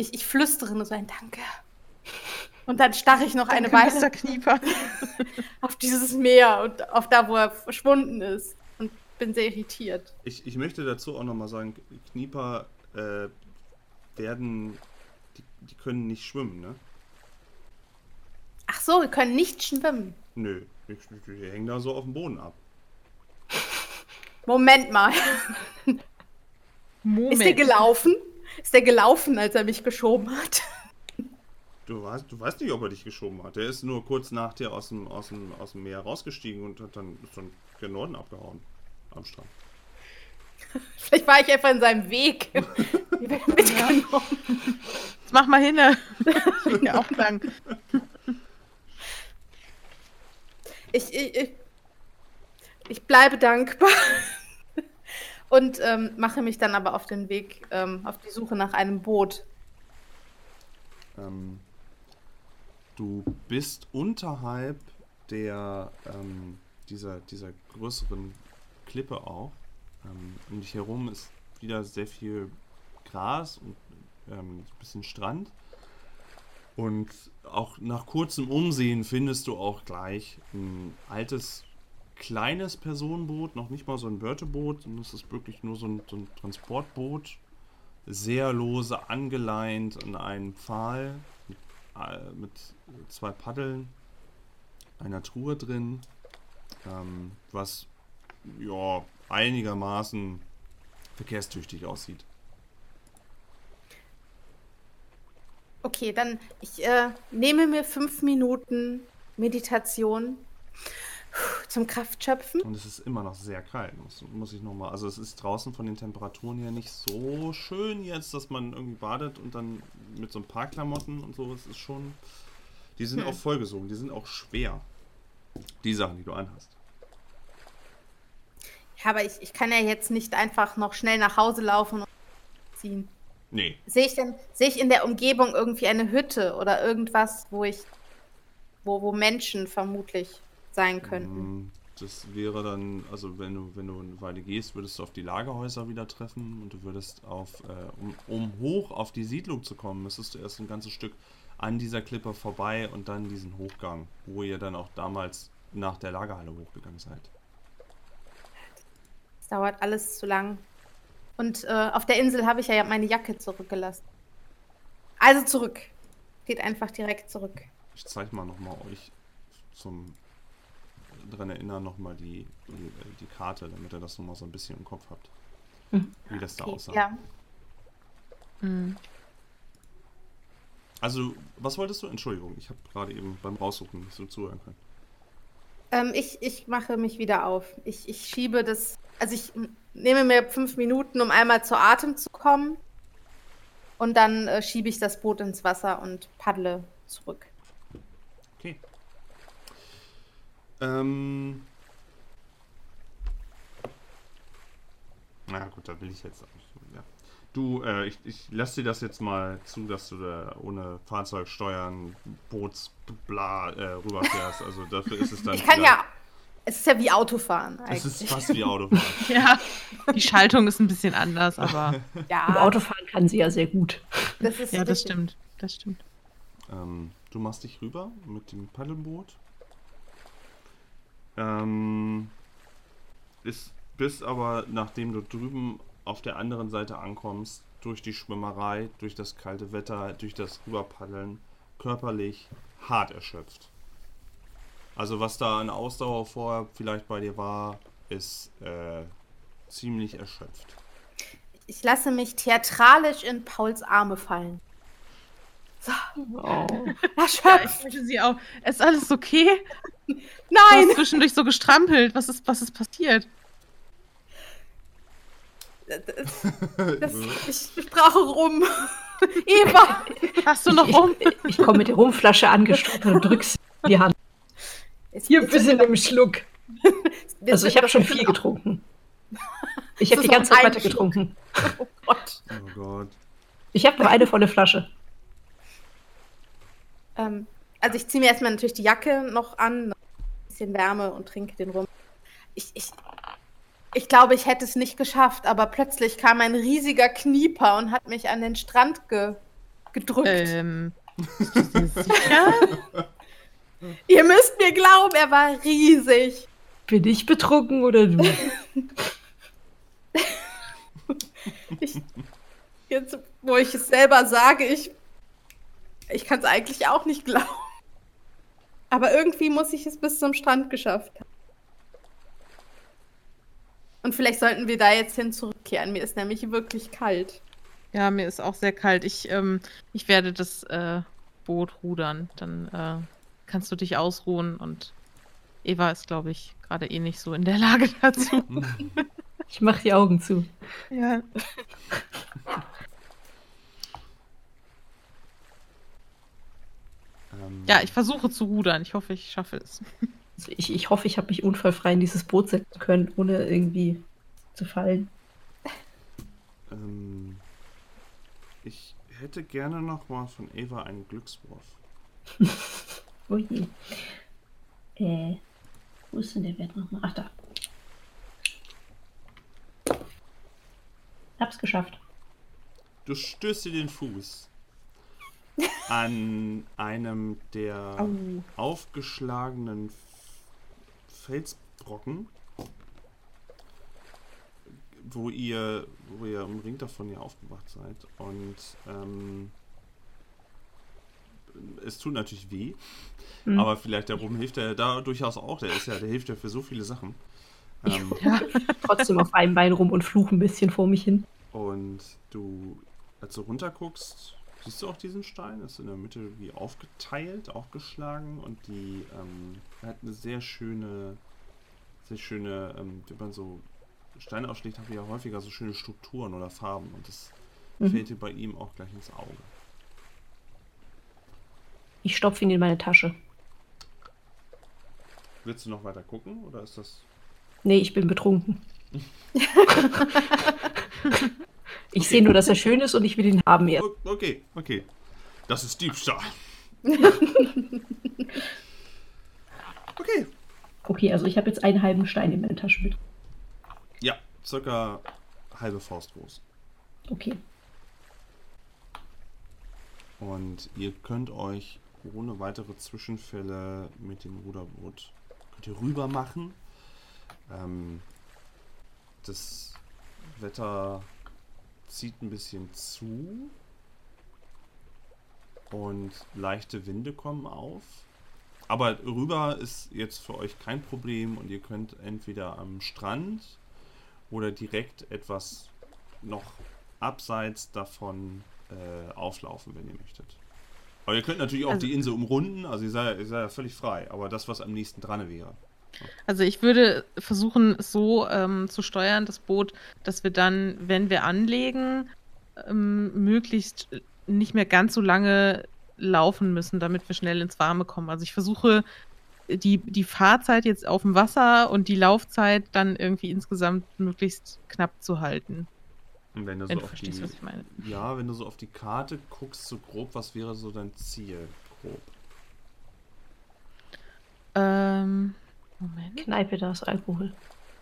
ich, ich flüstere nur so ein Danke. Und dann starre ich noch Danke, eine Weile Mister Knieper. auf dieses Meer und auf da, wo er verschwunden ist. Und bin sehr irritiert. Ich, ich möchte dazu auch nochmal sagen, Knieper äh, werden, die, die können nicht schwimmen, ne? Ach so, wir können nicht schwimmen. Nö, die, die hängen da so auf dem Boden ab. Moment mal. Moment. Ist der gelaufen? Ist der gelaufen, als er mich geschoben hat? Du weißt, du weißt nicht, ob er dich geschoben hat. Der ist nur kurz nach dir aus dem, aus dem, aus dem Meer rausgestiegen und hat dann, ist dann gen Norden abgehauen. Am Strand. Vielleicht war ich einfach in seinem Weg. Mitgenommen. Jetzt mach mal hin. Ich will ja auch lang. Ich, ich, ich, ich bleibe dankbar. Und ähm, mache mich dann aber auf den Weg, ähm, auf die Suche nach einem Boot. Ähm, du bist unterhalb der, ähm, dieser, dieser größeren Klippe auch. Ähm, um dich herum ist wieder sehr viel Gras und ähm, ein bisschen Strand. Und auch nach kurzem Umsehen findest du auch gleich ein altes, kleines Personenboot, noch nicht mal so ein Börteboot, sondern es ist wirklich nur so ein, so ein Transportboot, sehr lose angeleint an einen Pfahl mit, äh, mit zwei Paddeln, einer Truhe drin, ähm, was ja einigermaßen verkehrstüchtig aussieht. Okay, dann ich äh, nehme mir fünf Minuten Meditation zum Kraftschöpfen. Und es ist immer noch sehr kalt, muss, muss ich nochmal. Also es ist draußen von den Temperaturen her nicht so schön jetzt, dass man irgendwie badet und dann mit so ein paar Klamotten und so, es ist schon. Die sind Hm. auch vollgesogen, die sind auch schwer. Die Sachen, die du anhast. Ja, aber ich, ich kann ja jetzt nicht einfach noch schnell nach Hause laufen und ziehen. Nee. Sehe ich denn, sehe ich in der Umgebung irgendwie eine Hütte oder irgendwas, wo ich, wo, wo Menschen vermutlich sein könnten? Mm, Das wäre dann, also wenn du, wenn du eine Weile gehst, würdest du auf die Lagerhäuser wieder treffen und du würdest auf, äh, um, um hoch auf die Siedlung zu kommen, müsstest du erst ein ganzes Stück an dieser Klippe vorbei und dann diesen Hochgang, wo ihr dann auch damals nach der Lagerhalle hochgegangen seid. Es dauert alles zu lang. Und äh, auf der Insel habe ich ja meine Jacke zurückgelassen. Also zurück. Geht einfach direkt zurück. Ich zeige mal nochmal euch zum dran erinnern nochmal die, die, die Karte, damit ihr das nochmal so ein bisschen im Kopf habt. Mhm. Wie das da Okay, aussah. ja. Mhm. Also, was wolltest du? Entschuldigung, ich habe gerade eben beim Raussuchen nicht so zuhören können. Ähm, ich, ich mache mich wieder auf. Ich, ich schiebe das, also ich m- nehme mir fünf Minuten, um einmal zu Atem zu kommen. Und dann äh, schiebe ich das Boot ins Wasser und paddle zurück. Okay. Ähm. Na gut, da will ich jetzt auch nicht. Ja. Du, äh, ich, ich lasse dir das jetzt mal zu, dass du da ohne Fahrzeug steuern, Boots, bla, äh, rüberfährst. Also dafür ist es dann. Ich kann vielleicht- ja, es ist ja wie Autofahren Es eigentlich. ist fast wie Autofahren. Ja, die Schaltung ist ein bisschen anders, aber Im Ja, Autofahren kann sie ja sehr gut. das ist ja, das richtig. stimmt. Das stimmt. Ähm, du machst dich rüber mit dem Paddelboot. Ähm, ist, bist aber, nachdem du drüben auf der anderen Seite ankommst, durch die Schwimmerei, durch das kalte Wetter, durch das Rüberpaddeln, körperlich hart erschöpft. Also was da an Ausdauer vorher vielleicht bei dir war, ist äh, ziemlich erschöpft. Ich lasse mich theatralisch in Pauls Arme fallen. Oh. Erschöpft. Ich wollte sie auch. Ist alles okay? Du Nein! hast zwischendurch so gestrampelt. Was ist, was ist passiert? Das, ich, ich brauche rum. Eva! Hast du noch rum? Ich, ich komme mit der Rumflasche angestoßen und drück's in die Hand. Jetzt, Hier, jetzt bitte wird- nimm Schluck. jetzt Also ich wird habe schon das viel auch- getrunken. Ich Das habe die ist ganze noch Zeit ein weiter getrunken. Oh Gott. Oh Gott. Ich habe noch eine volle Flasche. Ähm, also ich ziehe mir erstmal natürlich die Jacke noch an, noch ein bisschen Wärme und trinke den rum. Ich, ich, ich glaube, ich hätte es nicht geschafft, aber plötzlich kam ein riesiger Knieper und hat mich an den Strand ge gedrückt. Ähm, bist du dir sicher? Ihr müsst mir glauben, er war riesig. Bin ich betrunken oder du? Ich, jetzt, wo ich es selber sage, ich, ich kann es eigentlich auch nicht glauben. Aber irgendwie muss ich es bis zum Strand geschafft haben. Und vielleicht sollten wir da jetzt hin zurückkehren. Mir ist nämlich wirklich kalt. Ja, mir ist auch sehr kalt. Ich, ähm, ich werde das äh, Boot rudern. Dann äh, kannst du dich ausruhen. Und Eva ist, glaube ich, gerade eh nicht so in der Lage dazu. Ich mach die Augen zu. Ja. Ähm, Ja, ich versuche zu rudern. Ich hoffe, ich schaffe es. Also ich, ich hoffe, ich habe mich unfallfrei in dieses Boot setzen können, ohne irgendwie zu fallen. ähm, ich hätte gerne noch mal von Eva einen Glückswurf. Oh je. Äh, wo ist denn der Wert nochmal? Ach, da. Hab's geschafft. Du stößt dir den Fuß an einem der Au. aufgeschlagenen F- Felsbrocken, wo ihr, wo ihr umringt davon ja aufgewacht seid. Und ähm, es tut natürlich weh, Hm. aber vielleicht der Rum hilft ja da durchaus auch. Der ist ja, der hilft ja für so viele Sachen. Ähm, Trotzdem auf einem Bein rum und fluche ein bisschen vor mich hin. Und du, als du runterguckst, siehst du auch diesen Stein, ist in der Mitte wie aufgeteilt, aufgeschlagen und die ähm, hat eine sehr schöne, sehr schöne, ähm, wenn man so Steine ausschlägt, haben die ja häufiger so schöne Strukturen oder Farben und das Mhm. fällt dir bei ihm auch gleich ins Auge. Ich stopfe ihn in meine Tasche. Willst du noch weiter gucken oder ist das... Nee, ich bin betrunken. Ich sehe nur, dass er schön ist und ich will ihn haben jetzt. O- Okay, okay. Das ist Diebstahl. Okay. Okay, also ich habe jetzt einen halben Stein in meiner Tasche mit. Ja, circa halbe Faust groß. Okay. Und ihr könnt euch ohne weitere Zwischenfälle mit dem Ruderboot könnt ihr rüber machen. Ähm, das Wetter zieht ein bisschen zu und leichte Winde kommen auf. Aber rüber ist jetzt für euch kein Problem und ihr könnt entweder am Strand oder direkt etwas noch abseits davon äh, auflaufen, wenn ihr möchtet. Aber ihr könnt natürlich auch Also- die Insel umrunden, also ihr seid, ihr seid ja völlig frei, aber das, was am nächsten dran wäre. Also ich würde versuchen, es so ähm, zu steuern, das Boot, dass wir dann, wenn wir anlegen, ähm, möglichst nicht mehr ganz so lange laufen müssen, damit wir schnell ins Warme kommen. Also ich versuche, die, die Fahrzeit jetzt auf dem Wasser und die Laufzeit dann irgendwie insgesamt möglichst knapp zu halten. Und wenn du Wenn so du auf die, verstehst, was ich meine. ja, wenn du so auf die Karte guckst, so grob, was wäre so dein Ziel? Grob. Ähm, Moment. Kneipe, da ist Alkohol.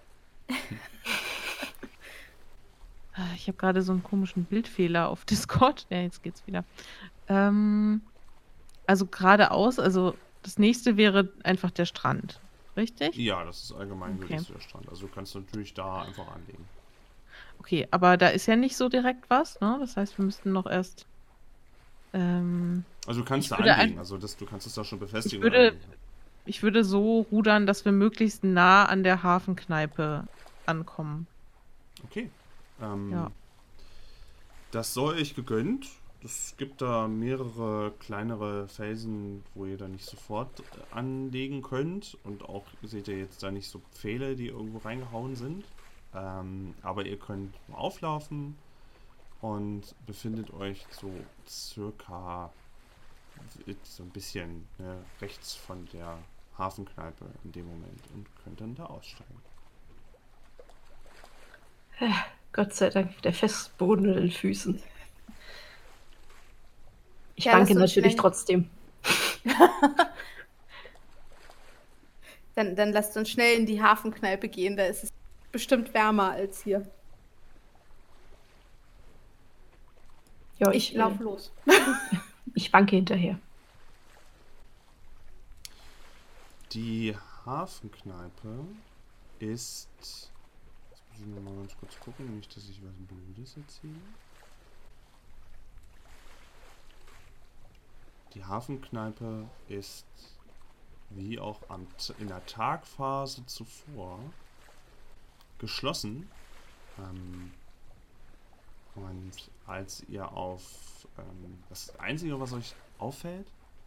Ah, Ich habe gerade so einen komischen Bildfehler auf Discord. Ja, jetzt geht's wieder. Ähm, also geradeaus, also das nächste wäre einfach der Strand. Richtig? Ja, das ist allgemein Okay. okay. Der Strand. Also du kannst natürlich da einfach anlegen. Okay, aber da ist ja nicht so direkt was, ne? Das heißt, wir müssten noch erst. Ähm, Also du kannst Ich da würde anlegen, ein- also das, du kannst es da schon befestigen. Ich würde- oder- ich würde so rudern, dass wir möglichst nah an der Hafenkneipe ankommen. Okay. Ähm, Ja. Das soll euch gegönnt. Es gibt da mehrere kleinere Felsen, wo ihr da nicht sofort äh, anlegen könnt. Und auch seht ihr jetzt da nicht so Pfähle, die irgendwo reingehauen sind. Ähm, aber ihr könnt auflaufen und befindet euch so circa so ein bisschen ne, rechts von der Hafenkneipe in dem Moment und könnt dann da aussteigen. Gott sei Dank, der Festboden unter den Füßen. Ich Ja, wanke lass uns natürlich schnell- trotzdem. Dann, dann lasst uns schnell in die Hafenkneipe gehen, da ist es bestimmt wärmer als hier. Ja, Ich ich, laufe äh, los. ich wanke hinterher. Die Hafenkneipe ist. Jetzt muss ich noch mal ganz kurz gucken, nicht, dass ich was Blödes erzähle. Die Hafenkneipe ist wie auch am, T- in der Tagphase zuvor geschlossen. Ähm, und als ihr auf. Ähm, das Einzige, was euch auffällt,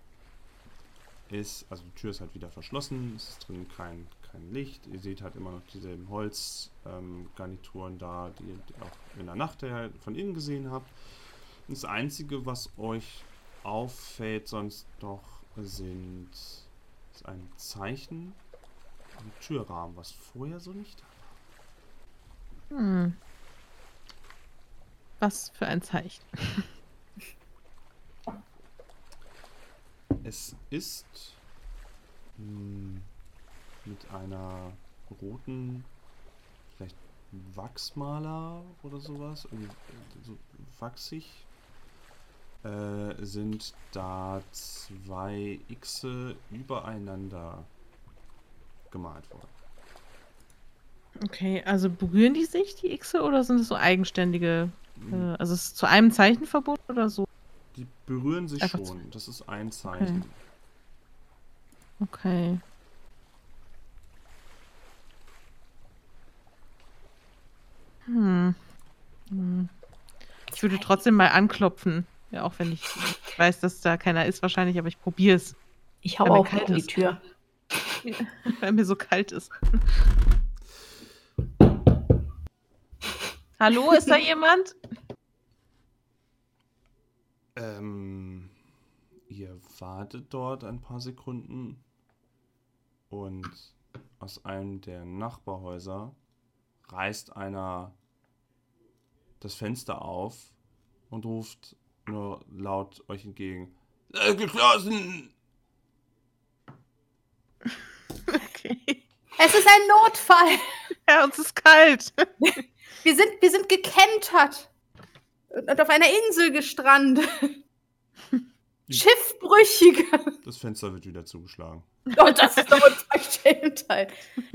ist, also die Tür ist halt wieder verschlossen, es ist drin kein, kein Licht. Ihr seht halt immer noch diese Holzgarnituren ähm, Garnituren da, die ihr auch in der Nacht ja von innen gesehen habt. Das Einzige, was euch auffällt sonst noch, sind ist ein Zeichen am Türrahmen, was vorher so nicht da war. Hm. Was für ein Zeichen. Es ist mh, mit einer roten, vielleicht Wachsmaler oder sowas, irgendwie so wachsig, äh, sind da zwei Xe übereinander gemalt worden. Okay, also berühren die sich, die Xe, oder sind es so eigenständige, äh, Mhm. also ist es zu einem Zeichen verbunden oder so? Die berühren sich Einfach schon, das ist ein Zeichen. Okay. Hm. Hm. Ich würde trotzdem mal anklopfen. Ja, auch wenn ich weiß, dass da keiner ist wahrscheinlich, aber ich probiere es, Ich hau Weil mir auch kalt an die ist. Tür. weil mir so kalt ist. Hallo, ist da jemand? Ähm, ihr wartet dort ein paar Sekunden und aus einem der Nachbarhäuser reißt einer das Fenster auf und ruft nur laut euch entgegen. "Äh, geschlossen!" Okay. Es ist ein Notfall. Ja, uns ist kalt. Wir sind, wir sind gekentert und auf einer Insel gestrandet. Schiffbrüchige. Das Fenster wird wieder zugeschlagen. Oh, das ist doch ein Verständheit.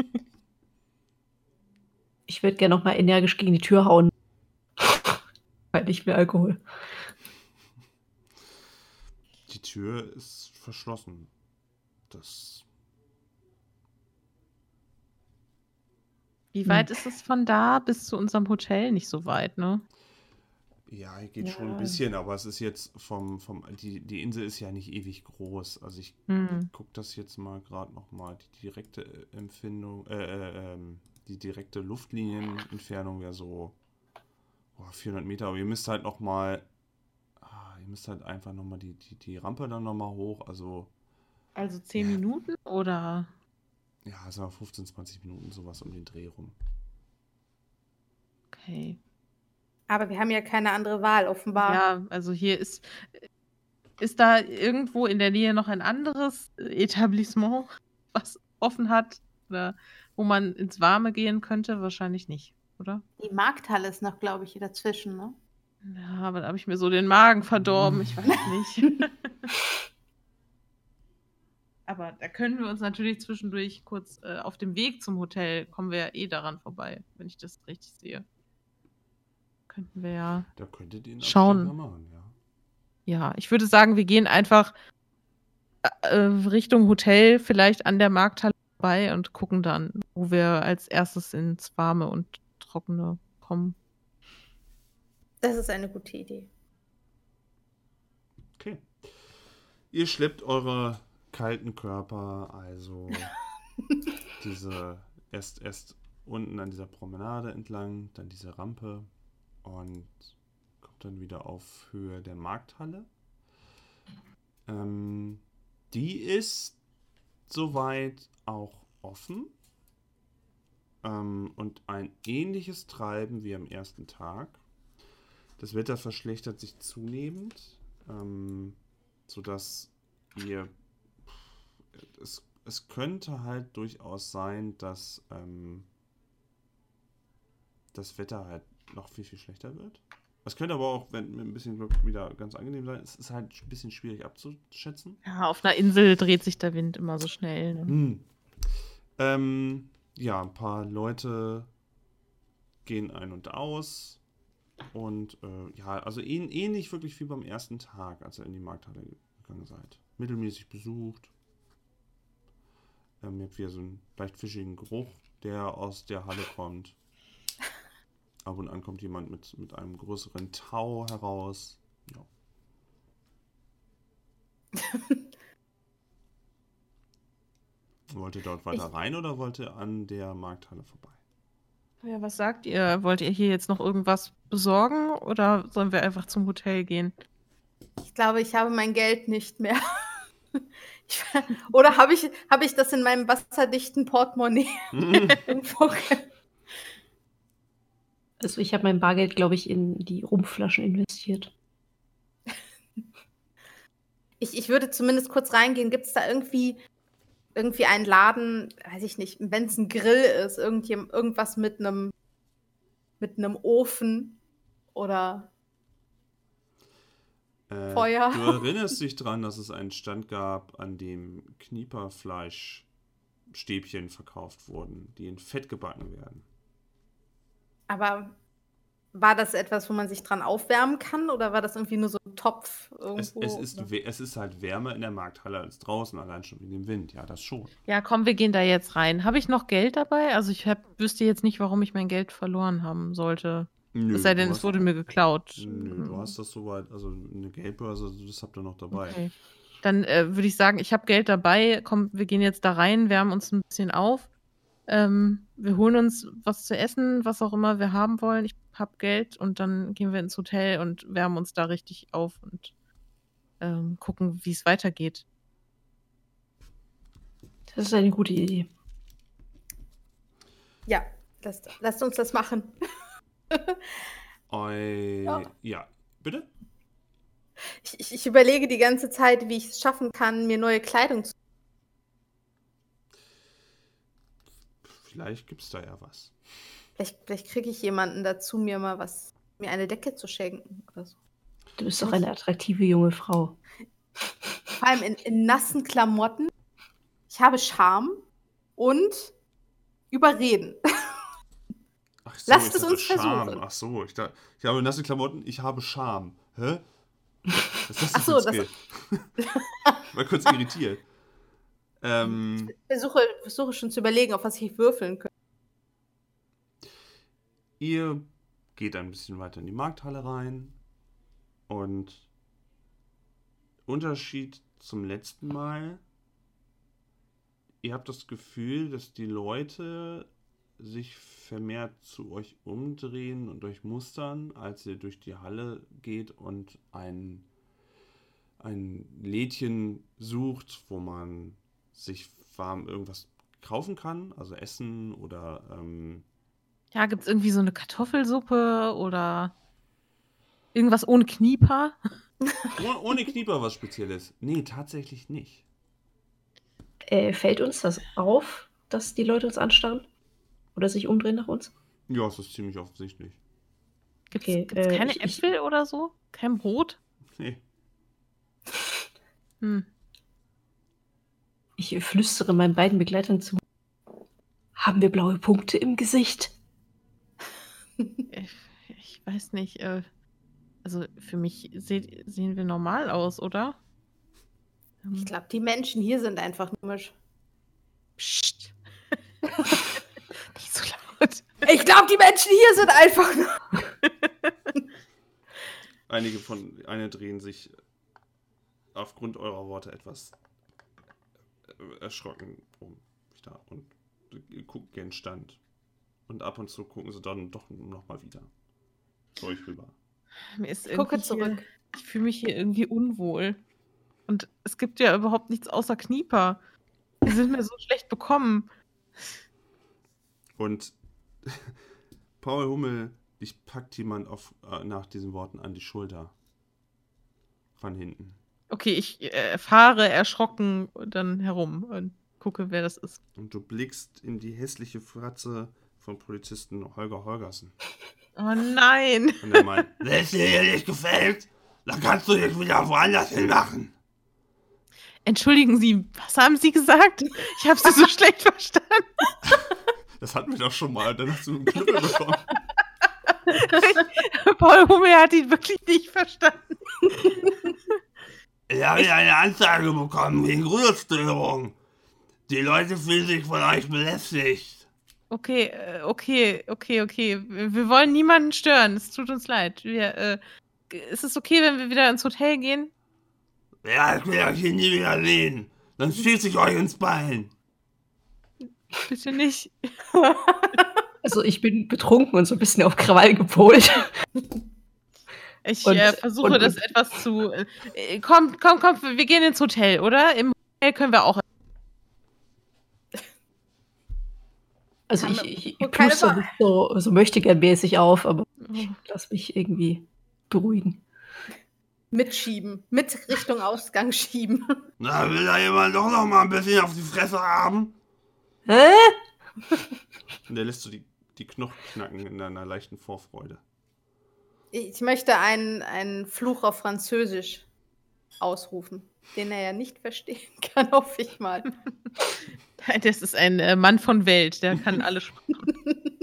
Ich würde gerne noch mal energisch gegen die Tür hauen. Weil nicht mehr Alkohol. Die Tür ist verschlossen. Das. Wie Hm. weit ist es von da bis zu unserem Hotel? Nicht so weit, ne? Ja, hier geht Ja. schon ein bisschen, aber es ist jetzt vom. vom die, die Insel ist ja nicht ewig groß. Also ich Hm. gucke das jetzt mal gerade nochmal. Die direkte äh, Empfindung, äh, äh, ähm, die direkte Luftlinienentfernung wäre so oh, vierhundert Meter. Aber ihr müsst halt nochmal. Ah, ihr müsst halt einfach nochmal die, die, die Rampe dann nochmal hoch. Also, Also zehn Ja. Minuten oder? ja, sagen wir fünfzehn, zwanzig Minuten, sowas um den Dreh rum. Okay. Aber wir haben ja keine andere Wahl, offenbar. Ja, also hier ist. Ist da irgendwo in der Nähe noch ein anderes Etablissement, was offen hat? Oder wo man ins Warme gehen könnte? Wahrscheinlich nicht, oder? Die Markthalle ist noch, glaube ich, hier dazwischen, ne? Ja, aber da habe ich mir so den Magen verdorben. Ich weiß nicht. Aber da können wir uns natürlich zwischendurch kurz äh, auf dem Weg zum Hotel, kommen wir ja eh daran vorbei, wenn ich das richtig sehe. Könnten wir ja. Da könntet ihr einen Schauen. Abstecher machen, ja. Ja, ich würde sagen, wir gehen einfach äh, Richtung Hotel, vielleicht an der Markthalle vorbei und gucken dann, wo wir als erstes ins Warme und Trockene kommen. Das ist eine gute Idee. Okay. Ihr schleppt eure kalten Körper, also diese erst erst unten an dieser Promenade entlang, dann diese Rampe und kommt dann wieder auf Höhe der Markthalle. Ähm, die ist soweit auch offen ähm, und ein ähnliches Treiben wie am ersten Tag. Das Wetter verschlechtert sich zunehmend, ähm, sodass ihr es, es könnte halt durchaus sein, dass ähm, das Wetter halt noch viel, viel schlechter wird. Das könnte aber auch, wenn mit ein bisschen Glück, wieder ganz angenehm sein. Es ist halt ein bisschen schwierig abzuschätzen. Ja, auf einer Insel dreht sich der Wind immer so schnell. Ne? Hm. Ähm, ja, ein paar Leute gehen ein und aus. Und äh, ja, also ähn, ähnlich wirklich wie beim ersten Tag, als ihr in die Markthalle gegangen seid. Mittelmäßig besucht. Ähm, ihr habt wieder so einen leicht fischigen Geruch, der aus der Halle kommt. Ab und an kommt jemand mit, mit einem größeren Tau heraus. Ja. Wollt ihr dort weiter Ich- rein oder wollt ihr an der Markthalle vorbei? Ja, was sagt ihr? Wollt ihr hier jetzt noch irgendwas besorgen oder sollen wir einfach zum Hotel gehen? Ich glaube, ich habe mein Geld nicht mehr. Ich, oder habe ich, habe ich das in meinem wasserdichten Portemonnaie irgendwo? ge- Also ich habe mein Bargeld, glaube ich, in die Rumflaschen investiert. Ich, ich würde zumindest kurz reingehen. Gibt es da irgendwie, irgendwie einen Laden, weiß ich nicht, wenn es ein Grill ist, irgendjem, irgendwas mit einem mit einem Ofen oder Äh, Feuer. Du erinnerst dich dran, dass es einen Stand gab, an dem Knieperfleischstäbchen verkauft wurden, die in Fett gebacken werden. Aber war das etwas, wo man sich dran aufwärmen kann oder war das irgendwie nur so ein Topf Es, irgendwo? es, ist, oder? wä- es ist halt wärmer in der Markthalle als draußen, allein schon wegen dem Wind. Ja, das schon. Ja, komm, wir gehen da jetzt rein. Habe ich noch Geld dabei? Also ich hab, wüsste jetzt nicht, warum ich mein Geld verloren haben sollte. Nö, Es sei denn, du es hast- wurde mir geklaut. Nö, du hast das soweit, also eine Geldbörse, das habt ihr noch dabei. Okay. Dann äh, würde ich sagen, ich habe Geld dabei. Komm, wir gehen jetzt da rein, wärmen uns ein bisschen auf. Ähm, wir holen uns was zu essen, was auch immer wir haben wollen. Ich habe Geld und dann gehen wir ins Hotel und wärmen uns da richtig auf und ähm, gucken, wie es weitergeht. Das ist eine gute Idee. Ja, lasst, lasst uns das machen. Eu, Ja. ja. bitte? Ich, ich, ich überlege die ganze Zeit, wie ich es schaffen kann, mir neue Kleidung zu. Vielleicht gibt's da ja was. Vielleicht, vielleicht kriege ich jemanden dazu, mir mal was, mir eine Decke zu schenken oder so. Du bist doch eine attraktive junge Frau. Vor allem in, in nassen Klamotten. Ich habe Charme und Überreden. Ach so, Lasst ich es dachte uns Scham. versuchen. Ach so, ich, dachte, ich habe nasse Klamotten, ich habe Scham. Hä? Was ist das Ach so, denn für das- ein Skill? Ich war kurz irritiert. Ähm, Ich versuche, versuche schon zu überlegen, auf was ich würfeln könnte. ihr geht ein bisschen weiter in die Markthalle rein und Unterschied zum letzten Mal, ihr habt das Gefühl, dass die Leute sich vermehrt zu euch umdrehen und euch mustern, als ihr durch die Halle geht und ein, ein Lädchen sucht, wo man sich warm irgendwas kaufen kann, also Essen oder ähm, Ja, gibt es irgendwie so eine Kartoffelsuppe oder irgendwas ohne Knieper? ohne, ohne Knieper was Spezielles. Nee, tatsächlich nicht. Äh, fällt uns das auf, dass die Leute uns anstarren? Oder sich umdrehen nach uns? Ja, es ist ziemlich offensichtlich. Gibt es Okay, äh, keine ich- ich- Äpfel oder so? Kein Brot? Nee. Hm. Ich flüstere meinen beiden Begleitern zu. Haben wir blaue Punkte im Gesicht? Ich, ich weiß nicht. Äh, also für mich se sehen wir normal aus, oder? Ähm, Ich glaube, die Menschen hier sind einfach komisch. Psst. Nicht so laut. Ich glaube, die Menschen hier sind einfach nur. Einige von eine drehen sich aufgrund eurer Worte etwas äh, erschrocken um wieder und gucken gen Stand. Und ab und zu gucken sie dann doch nochmal wieder zu euch rüber. Mir ist Ich gucke irgendwie zurück. Hier, ich fühle mich hier irgendwie unwohl. Und es gibt ja überhaupt nichts außer Knieper. Die sind mir so schlecht bekommen. Und Paul Hummel, dich packt jemand auf, äh, nach diesen Worten an die Schulter. Von hinten. Okay, ich äh, fahre erschrocken dann herum und gucke, wer das ist. Und du blickst in die hässliche Fratze von Polizisten Holger Holgersen. Oh nein. Und er meint, wenn es dir hier nicht gefällt, dann kannst du dich wieder woanders hin machen. Entschuldigen Sie, was haben Sie gesagt? Ich habe Sie so schlecht verstanden. Das hatten wir doch schon mal, dann hast du einen Knüppel bekommen. Paul Hummel hat ihn wirklich nicht verstanden. Ich habe ja eine Anzeige bekommen wegen Ruhestörung. Die Leute fühlen sich von euch belästigt. Okay, äh, okay, okay, okay. Wir wir wollen niemanden stören. Es tut uns leid. Wir, äh, ist es okay, wenn wir wieder ins Hotel gehen? Ja, ich will euch hier nie wieder sehen. Dann schieße ich euch ins Bein. Bitte nicht. Also ich bin betrunken und so ein bisschen auf Krawall gepolt. Ich Und- äh, versuche und- das etwas zu. Äh, komm, komm, komm, wir gehen ins Hotel, oder? Im Hotel können wir auch. Also Haben ich, wir ich, ich wohl keine puste Wahl. nicht so, so möchte gern mäßig auf, aber ich lass mich irgendwie beruhigen. Mitschieben. Mit Richtung Ausgang schieben. Na, will da jemand doch noch mal ein bisschen auf die Fresse haben? Hä? Und der lässt so die, die Knochen knacken in einer leichten Vorfreude. Ich möchte einen, einen Fluch auf Französisch ausrufen, den er ja nicht verstehen kann, hoffe ich mal. Das ist ein äh, Mann von Welt, der kann alle Sprachen.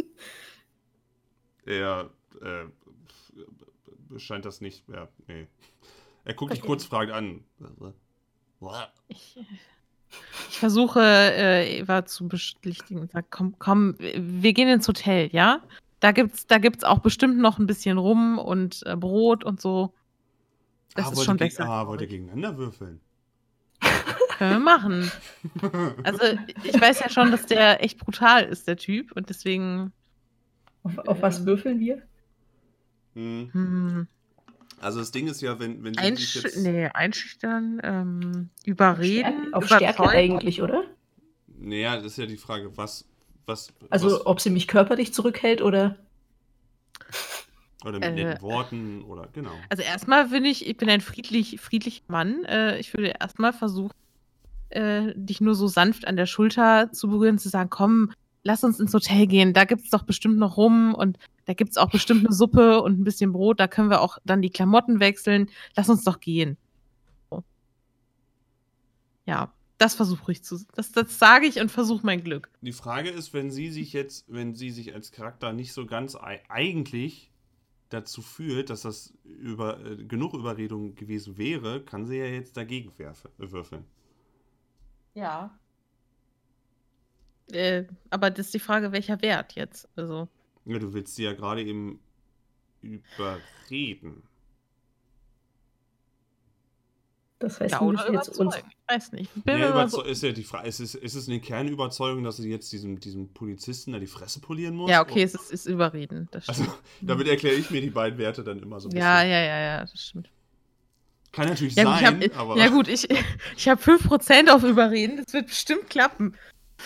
Er äh, scheint das nicht. Ja, nee. Er guckt dich Okay. kurz fragend an. Ich, ich versuche, äh, Eva zu beschlichtigen und sage, komm, komm, wir gehen ins Hotel, ja? Da gibt's, da gibt's auch bestimmt noch ein bisschen Rum und äh, Brot und so. Das ah, ist wollt schon ihr geg- besser. Ah, glaub wollt ihr ich. gegeneinander würfeln? Können wir machen. Also, ich weiß ja schon, dass der echt brutal ist, der Typ. Und deswegen. Auf, auf was Ähm. würfeln wir? Hm. Hm, Also das Ding ist ja, wenn, wenn sie sich einsch jetzt... nee, einschüchtern, ähm, überreden, Auf Stärke überzeugen. eigentlich, oder? Naja, das ist ja die Frage, was... was Also was, ob sie mich körperlich zurückhält oder... oder mit äh, netten Worten oder... Genau. Also erstmal bin ich, ich bin ein friedlich, friedlicher Mann. Äh, ich würde erstmal versuchen, äh, dich nur so sanft an der Schulter zu berühren, zu sagen, komm, lass uns ins Hotel gehen. Da gibt's doch bestimmt noch Rum und da gibt's auch bestimmt eine Suppe und ein bisschen Brot. Da können wir auch dann die Klamotten wechseln. Lass uns doch gehen. So. Ja, das versuche ich zu. Das, das sage ich und versuche mein Glück. Die Frage ist, wenn sie sich jetzt, wenn sie sich als Charakter nicht so ganz ei- eigentlich dazu fühlt, dass das über, äh, genug Überredung gewesen wäre, kann sie ja jetzt dagegen werfe, äh, würfeln. Ja. Äh, aber das ist die Frage, welcher Wert jetzt? Also. Ja, du willst sie ja gerade eben überreden. Das heißt, Ja, wir oder müssen jetzt uns... überzeugen. Ich weiß nicht. Bin Ja, mir immer überzeu- so, ist ja die Frage, ist es, ist es eine Kernüberzeugung, dass sie jetzt diesem, diesem Polizisten da die Fresse polieren muss? ja, okay, es ist, ist überreden. Das Also, stimmt. damit erkläre ich mir die beiden Werte dann immer so ein Ja, bisschen. ja, ja, ja, das stimmt. Kann natürlich Ja, gut, sein, ich hab, aber... ja gut, ich, ich habe fünf Prozent auf Überreden. Das wird bestimmt klappen.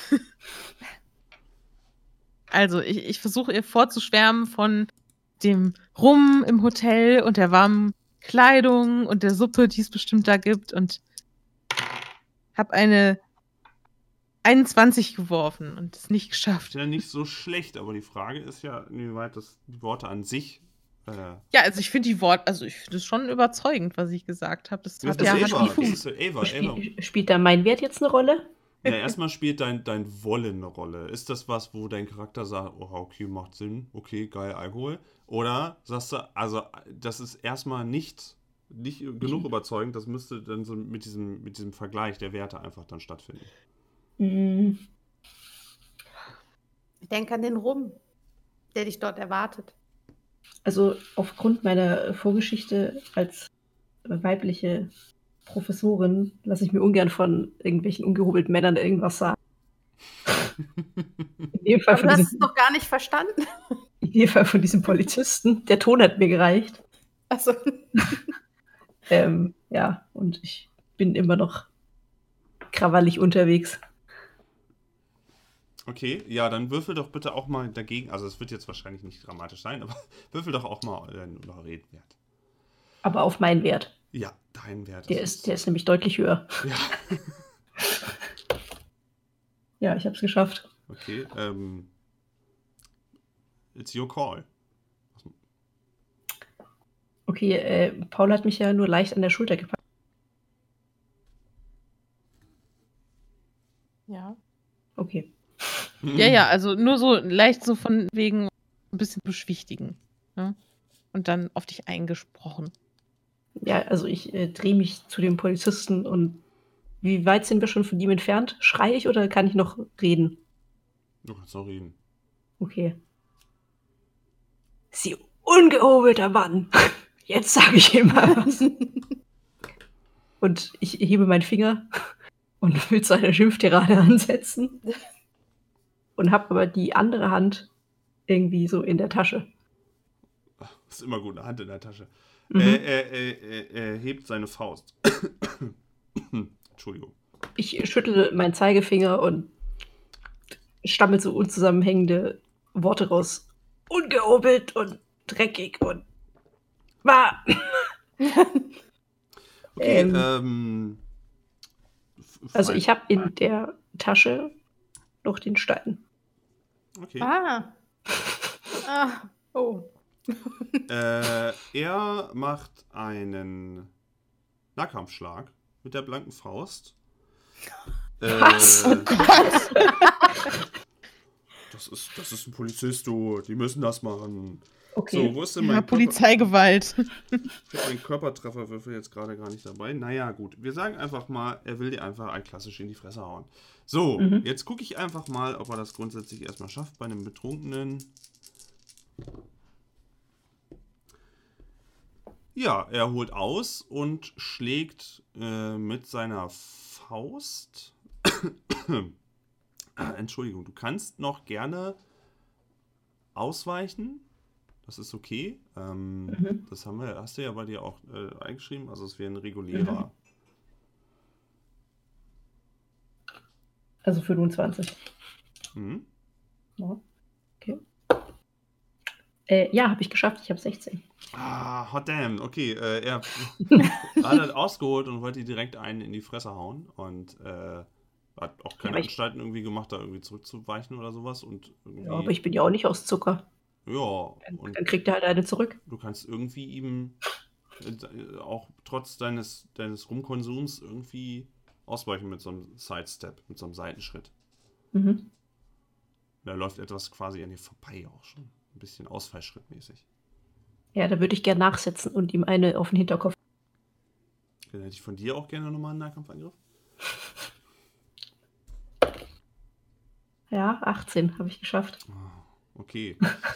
Also, ich, ich versuche ihr vorzuschwärmen von dem Rum im Hotel und der warmen Kleidung und der Suppe, die es bestimmt da gibt. Und habe eine einundzwanzig geworfen und es nicht geschafft. Ist ja nicht so schlecht, aber die Frage ist ja, inwieweit das die Worte an sich. Äh, Ja, also ich finde die Wort, also ich finde es schon überzeugend, was ich gesagt habe. Das das hat ist ja Ava, hat das einen ist Fuß. Ava, Ava. Spiel, spielt da mein Wert jetzt eine Rolle? Ja, erstmal spielt dein, dein Wollen eine Rolle. Ist das was, wo dein Charakter sagt, oh, okay, macht Sinn, okay, geil, Alkohol? Oder sagst du, also, das ist erstmal nicht, nicht genug überzeugend, das müsste dann so mit diesem, mit diesem Vergleich der Werte einfach dann stattfinden. Mm, Denk an den Rum, der dich dort erwartet. Also aufgrund meiner Vorgeschichte als weibliche Professorin lasse ich mir ungern von irgendwelchen ungehobelten Männern irgendwas sagen. In dem Fall Aber von du hast es diesem, noch gar nicht verstanden. in dem Fall von diesem Polizisten. Der Ton hat mir gereicht. Also, Ähm, ja, und ich bin immer noch krawallig unterwegs. Okay, ja, dann würfel doch bitte auch mal dagegen. Also, es wird jetzt wahrscheinlich nicht dramatisch sein, aber würfel doch auch mal deinen Überredenwert. Aber auf meinen Wert. Ja, dein Wert. Der ist, der ist nämlich deutlich höher. Ja, Ja, ich habe es geschafft. okay. Ähm, it's your call. Was Okay, äh, Paul hat mich ja nur leicht an der Schulter gepackt. Ja. Okay. Ja, ja, also nur so leicht so von wegen ein bisschen beschwichtigen. Ne? Und dann auf dich eingesprochen. Ja, also ich äh, drehe mich zu dem Polizisten und wie weit sind wir schon von ihm entfernt? Schreie ich oder kann ich noch reden? Du kannst noch reden. Okay. Sie ungehobelter Mann! Jetzt sage ich ihm mal was. Und ich hebe meinen Finger und will zu einer Schimpftirade ansetzen. Und habe aber die andere Hand irgendwie so in der Tasche. Ist immer gut, eine Hand in der Tasche. Mhm. Er, er, er, er, er hebt seine Faust. Entschuldigung. Ich schüttle meinen Zeigefinger und stammel so unzusammenhängende Worte raus. Ungehobelt und dreckig und wahr. Okay, Ähm, ähm. f- Also fein. ich habe in der Tasche noch den Stein. Okay. Ah. Ah. Oh. Äh, er macht einen Nahkampfschlag mit der blanken Faust. Was? Äh, Oh Gott. das ist, das ist ein Polizist, du. Die müssen das machen. Okay. So, wo ist denn Ja, mein Körper- Polizeigewalt. Ich habe meinen Körpertrefferwürfel jetzt gerade gar nicht dabei. Naja, gut. Wir sagen einfach mal, er will dir einfach ein klassisch in die Fresse hauen. So, Mhm. jetzt gucke ich einfach mal, ob er das grundsätzlich erstmal schafft bei einem Betrunkenen. Ja, er holt aus und schlägt äh, mit seiner Faust. Ah, Entschuldigung, du kannst noch gerne ausweichen. Das ist okay. Ähm, Mhm. Das haben wir, hast du ja bei dir auch äh, eingeschrieben. Also es wäre ein regulärer. Also fünfundzwanzig. Mhm. Ja. Okay. Äh, ja, habe ich geschafft. Ich habe sechzehn. Ah, hot damn. Okay, äh, er hat halt ausgeholt und wollte direkt einen in die Fresse hauen. Und äh, hat auch keine aber ich- Anstalten irgendwie gemacht, da irgendwie zurückzuweichen oder sowas. Und irgendwie, Ja, aber ich bin ja auch nicht aus Zucker. ja, Dann, und dann kriegt er halt eine zurück. du kannst irgendwie ihm äh, auch trotz deines, deines Rumkonsums irgendwie ausweichen mit so einem Sidestep, mit so einem Seitenschritt. Mhm. Da läuft etwas quasi an dir vorbei auch schon. Ein bisschen Ausfallschrittmäßig. Ja, da würde ich gerne nachsetzen und ihm eine auf den Hinterkopf. Dann hätte ich von dir auch gerne nochmal einen Nahkampfangriff. Ja, achtzehn habe ich geschafft. Okay.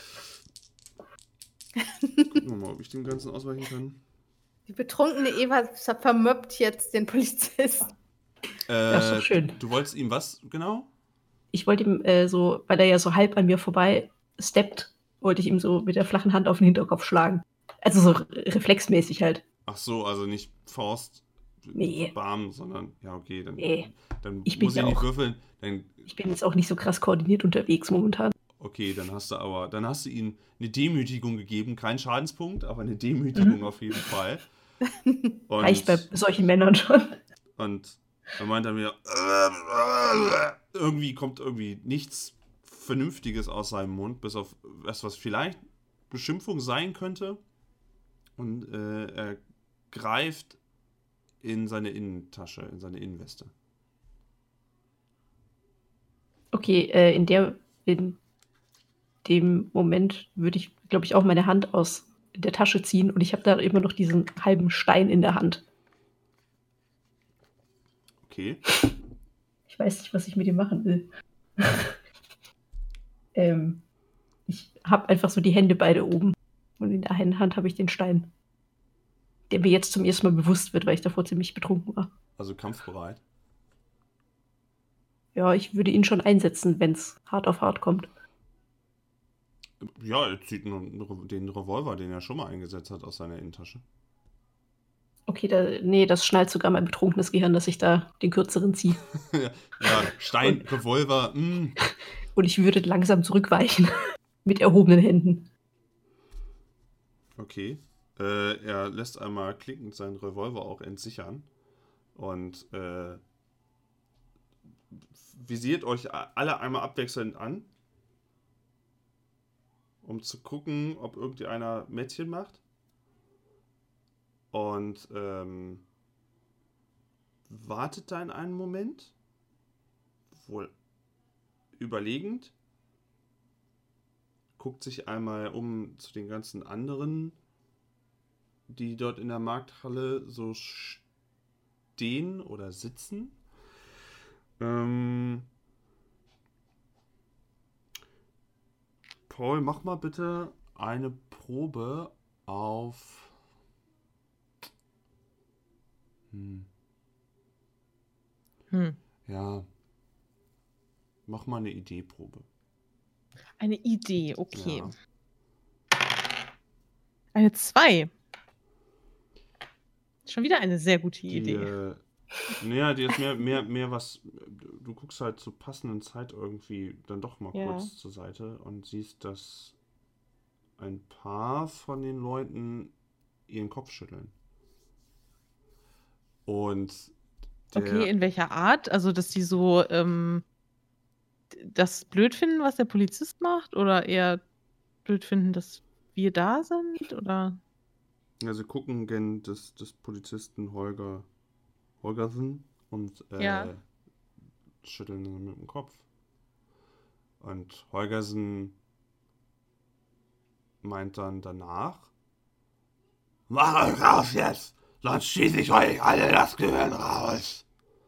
Gucken wir mal, ob ich dem Ganzen ausweichen kann. Die betrunkene Eva vermöppt jetzt den Polizisten. Äh, Das ist doch schön. Du wolltest ihm was genau? Ich wollte ihm äh, so, weil er ja so halb an mir vorbei steppt, wollte ich ihm so mit der flachen Hand auf den Hinterkopf schlagen. Also so re- reflexmäßig halt. Ach so, also nicht Faust, Nee. Bam, sondern, ja okay, dann, Nee. dann Ich bin muss ich ja nicht auch- würfeln. Dann, Ich bin jetzt auch nicht so krass koordiniert unterwegs momentan. okay, dann hast du aber, dann hast du ihm eine Demütigung gegeben, kein Schadenspunkt, aber eine Demütigung Mhm. auf jeden Fall. Und, Reicht bei solchen Männern schon. und er meint dann wieder, irgendwie kommt irgendwie nichts Vernünftiges aus seinem Mund, bis auf das, was vielleicht Beschimpfung sein könnte. Und äh, er greift in seine Innentasche, in seine Innenweste. Okay, äh, in der, in dem Moment würde ich, glaube ich, auch meine Hand aus der Tasche ziehen und ich habe da immer noch diesen halben Stein in der Hand. Okay. Ich weiß nicht, was ich mit ihm machen will. ähm, ich habe einfach so die Hände beide oben und in der einen Hand habe ich den Stein, der mir jetzt zum ersten Mal bewusst wird, weil ich davor ziemlich betrunken war. Also kampfbereit. Ja, ich würde ihn schon einsetzen, wenn es hart auf hart kommt. Ja, er zieht nur den Revolver, den er schon mal eingesetzt hat, aus seiner Innentasche. Okay, da, nee, das schnallt sogar mein betrunkenes Gehirn, dass ich da den kürzeren ziehe. Ja, Stein, Revolver, mh. Und ich würde langsam zurückweichen. Mit erhobenen Händen. Okay. Äh, er lässt einmal klickend seinen Revolver auch entsichern. Und äh, visiert euch alle einmal abwechselnd an. Um zu gucken, ob irgendeiner Mädchen macht. und ähm, wartet dann einen Moment, wohl überlegend, guckt sich einmal um zu den ganzen anderen, die dort in der Markthalle so stehen oder sitzen. Ähm, Paul, mach mal bitte eine Probe auf... Hm. Hm. Ja. Mach mal eine Ideeprobe. Eine Idee, okay. Ja. Eine zwei. Schon wieder eine sehr gute Die, Idee. äh, naja, die ist mehr, mehr, mehr was. Du guckst halt zur passenden Zeit irgendwie dann doch mal Ja. kurz zur Seite und siehst, dass ein paar von den Leuten ihren Kopf schütteln. Und der, Okay, in welcher Art? Also, dass die so ähm, das blöd finden, was der Polizist macht? Oder eher blöd finden, dass wir da sind? Oder? ja, sie gucken gen des, des Polizisten Holger Holgersen und äh, Ja. schütteln dann mit dem Kopf. Und Holgersen meint dann danach: Mach euch raus jetzt, sonst schieße ich euch alle das Gehirn raus.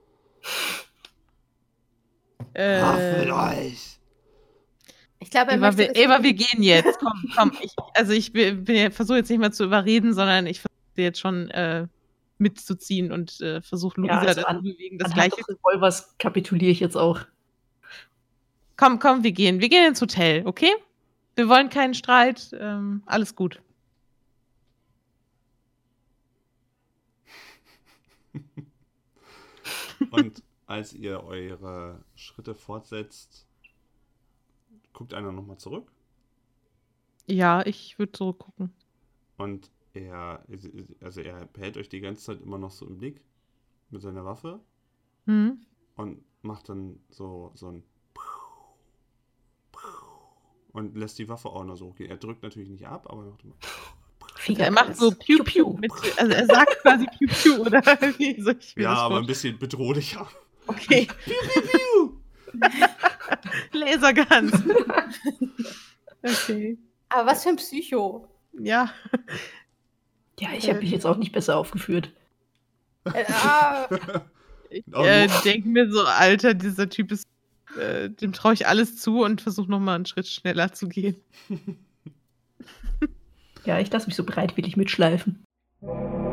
Raus mit Äh, euch. Ich glaube, er Eva, möchte wir, das Eva, wir gehen jetzt. Komm, komm. Ich, also ich versuche jetzt nicht mal zu überreden, sondern ich versuche jetzt schon äh, mitzuziehen und äh, versuche Luisa Ja, also dazu an- zu bewegen, das Anhand Gleiche. des Revolvers kapituliere ich jetzt auch. Komm, komm, wir gehen. Wir gehen ins Hotel, okay? Wir wollen keinen Streit. Ähm, alles gut. Und als ihr eure Schritte fortsetzt, guckt einer nochmal zurück Ja, ich würde zurückgucken. und er, also er behält euch die ganze Zeit immer noch so im Blick mit seiner Waffe Hm? und macht dann so, so ein und lässt die Waffe auch noch so hochgehen. Er drückt natürlich nicht ab, aber er macht immer. Er macht so Piu Piu. Mit, also er sagt quasi Piu Piu, oder wie soll ich mir Ja, das aber ein vorstellen? bisschen bedrohlicher. Okay. Laserguns. Okay. Aber was für ein Psycho. Ja. Ja, ich habe mich jetzt auch nicht besser aufgeführt. Äh, ah, Ich Oh, äh, du- denke mir so, Alter, dieser Typ ist, äh, dem traue ich alles zu und versuche nochmal einen Schritt schneller zu gehen. Ja, ich lasse mich so bereitwillig mitschleifen.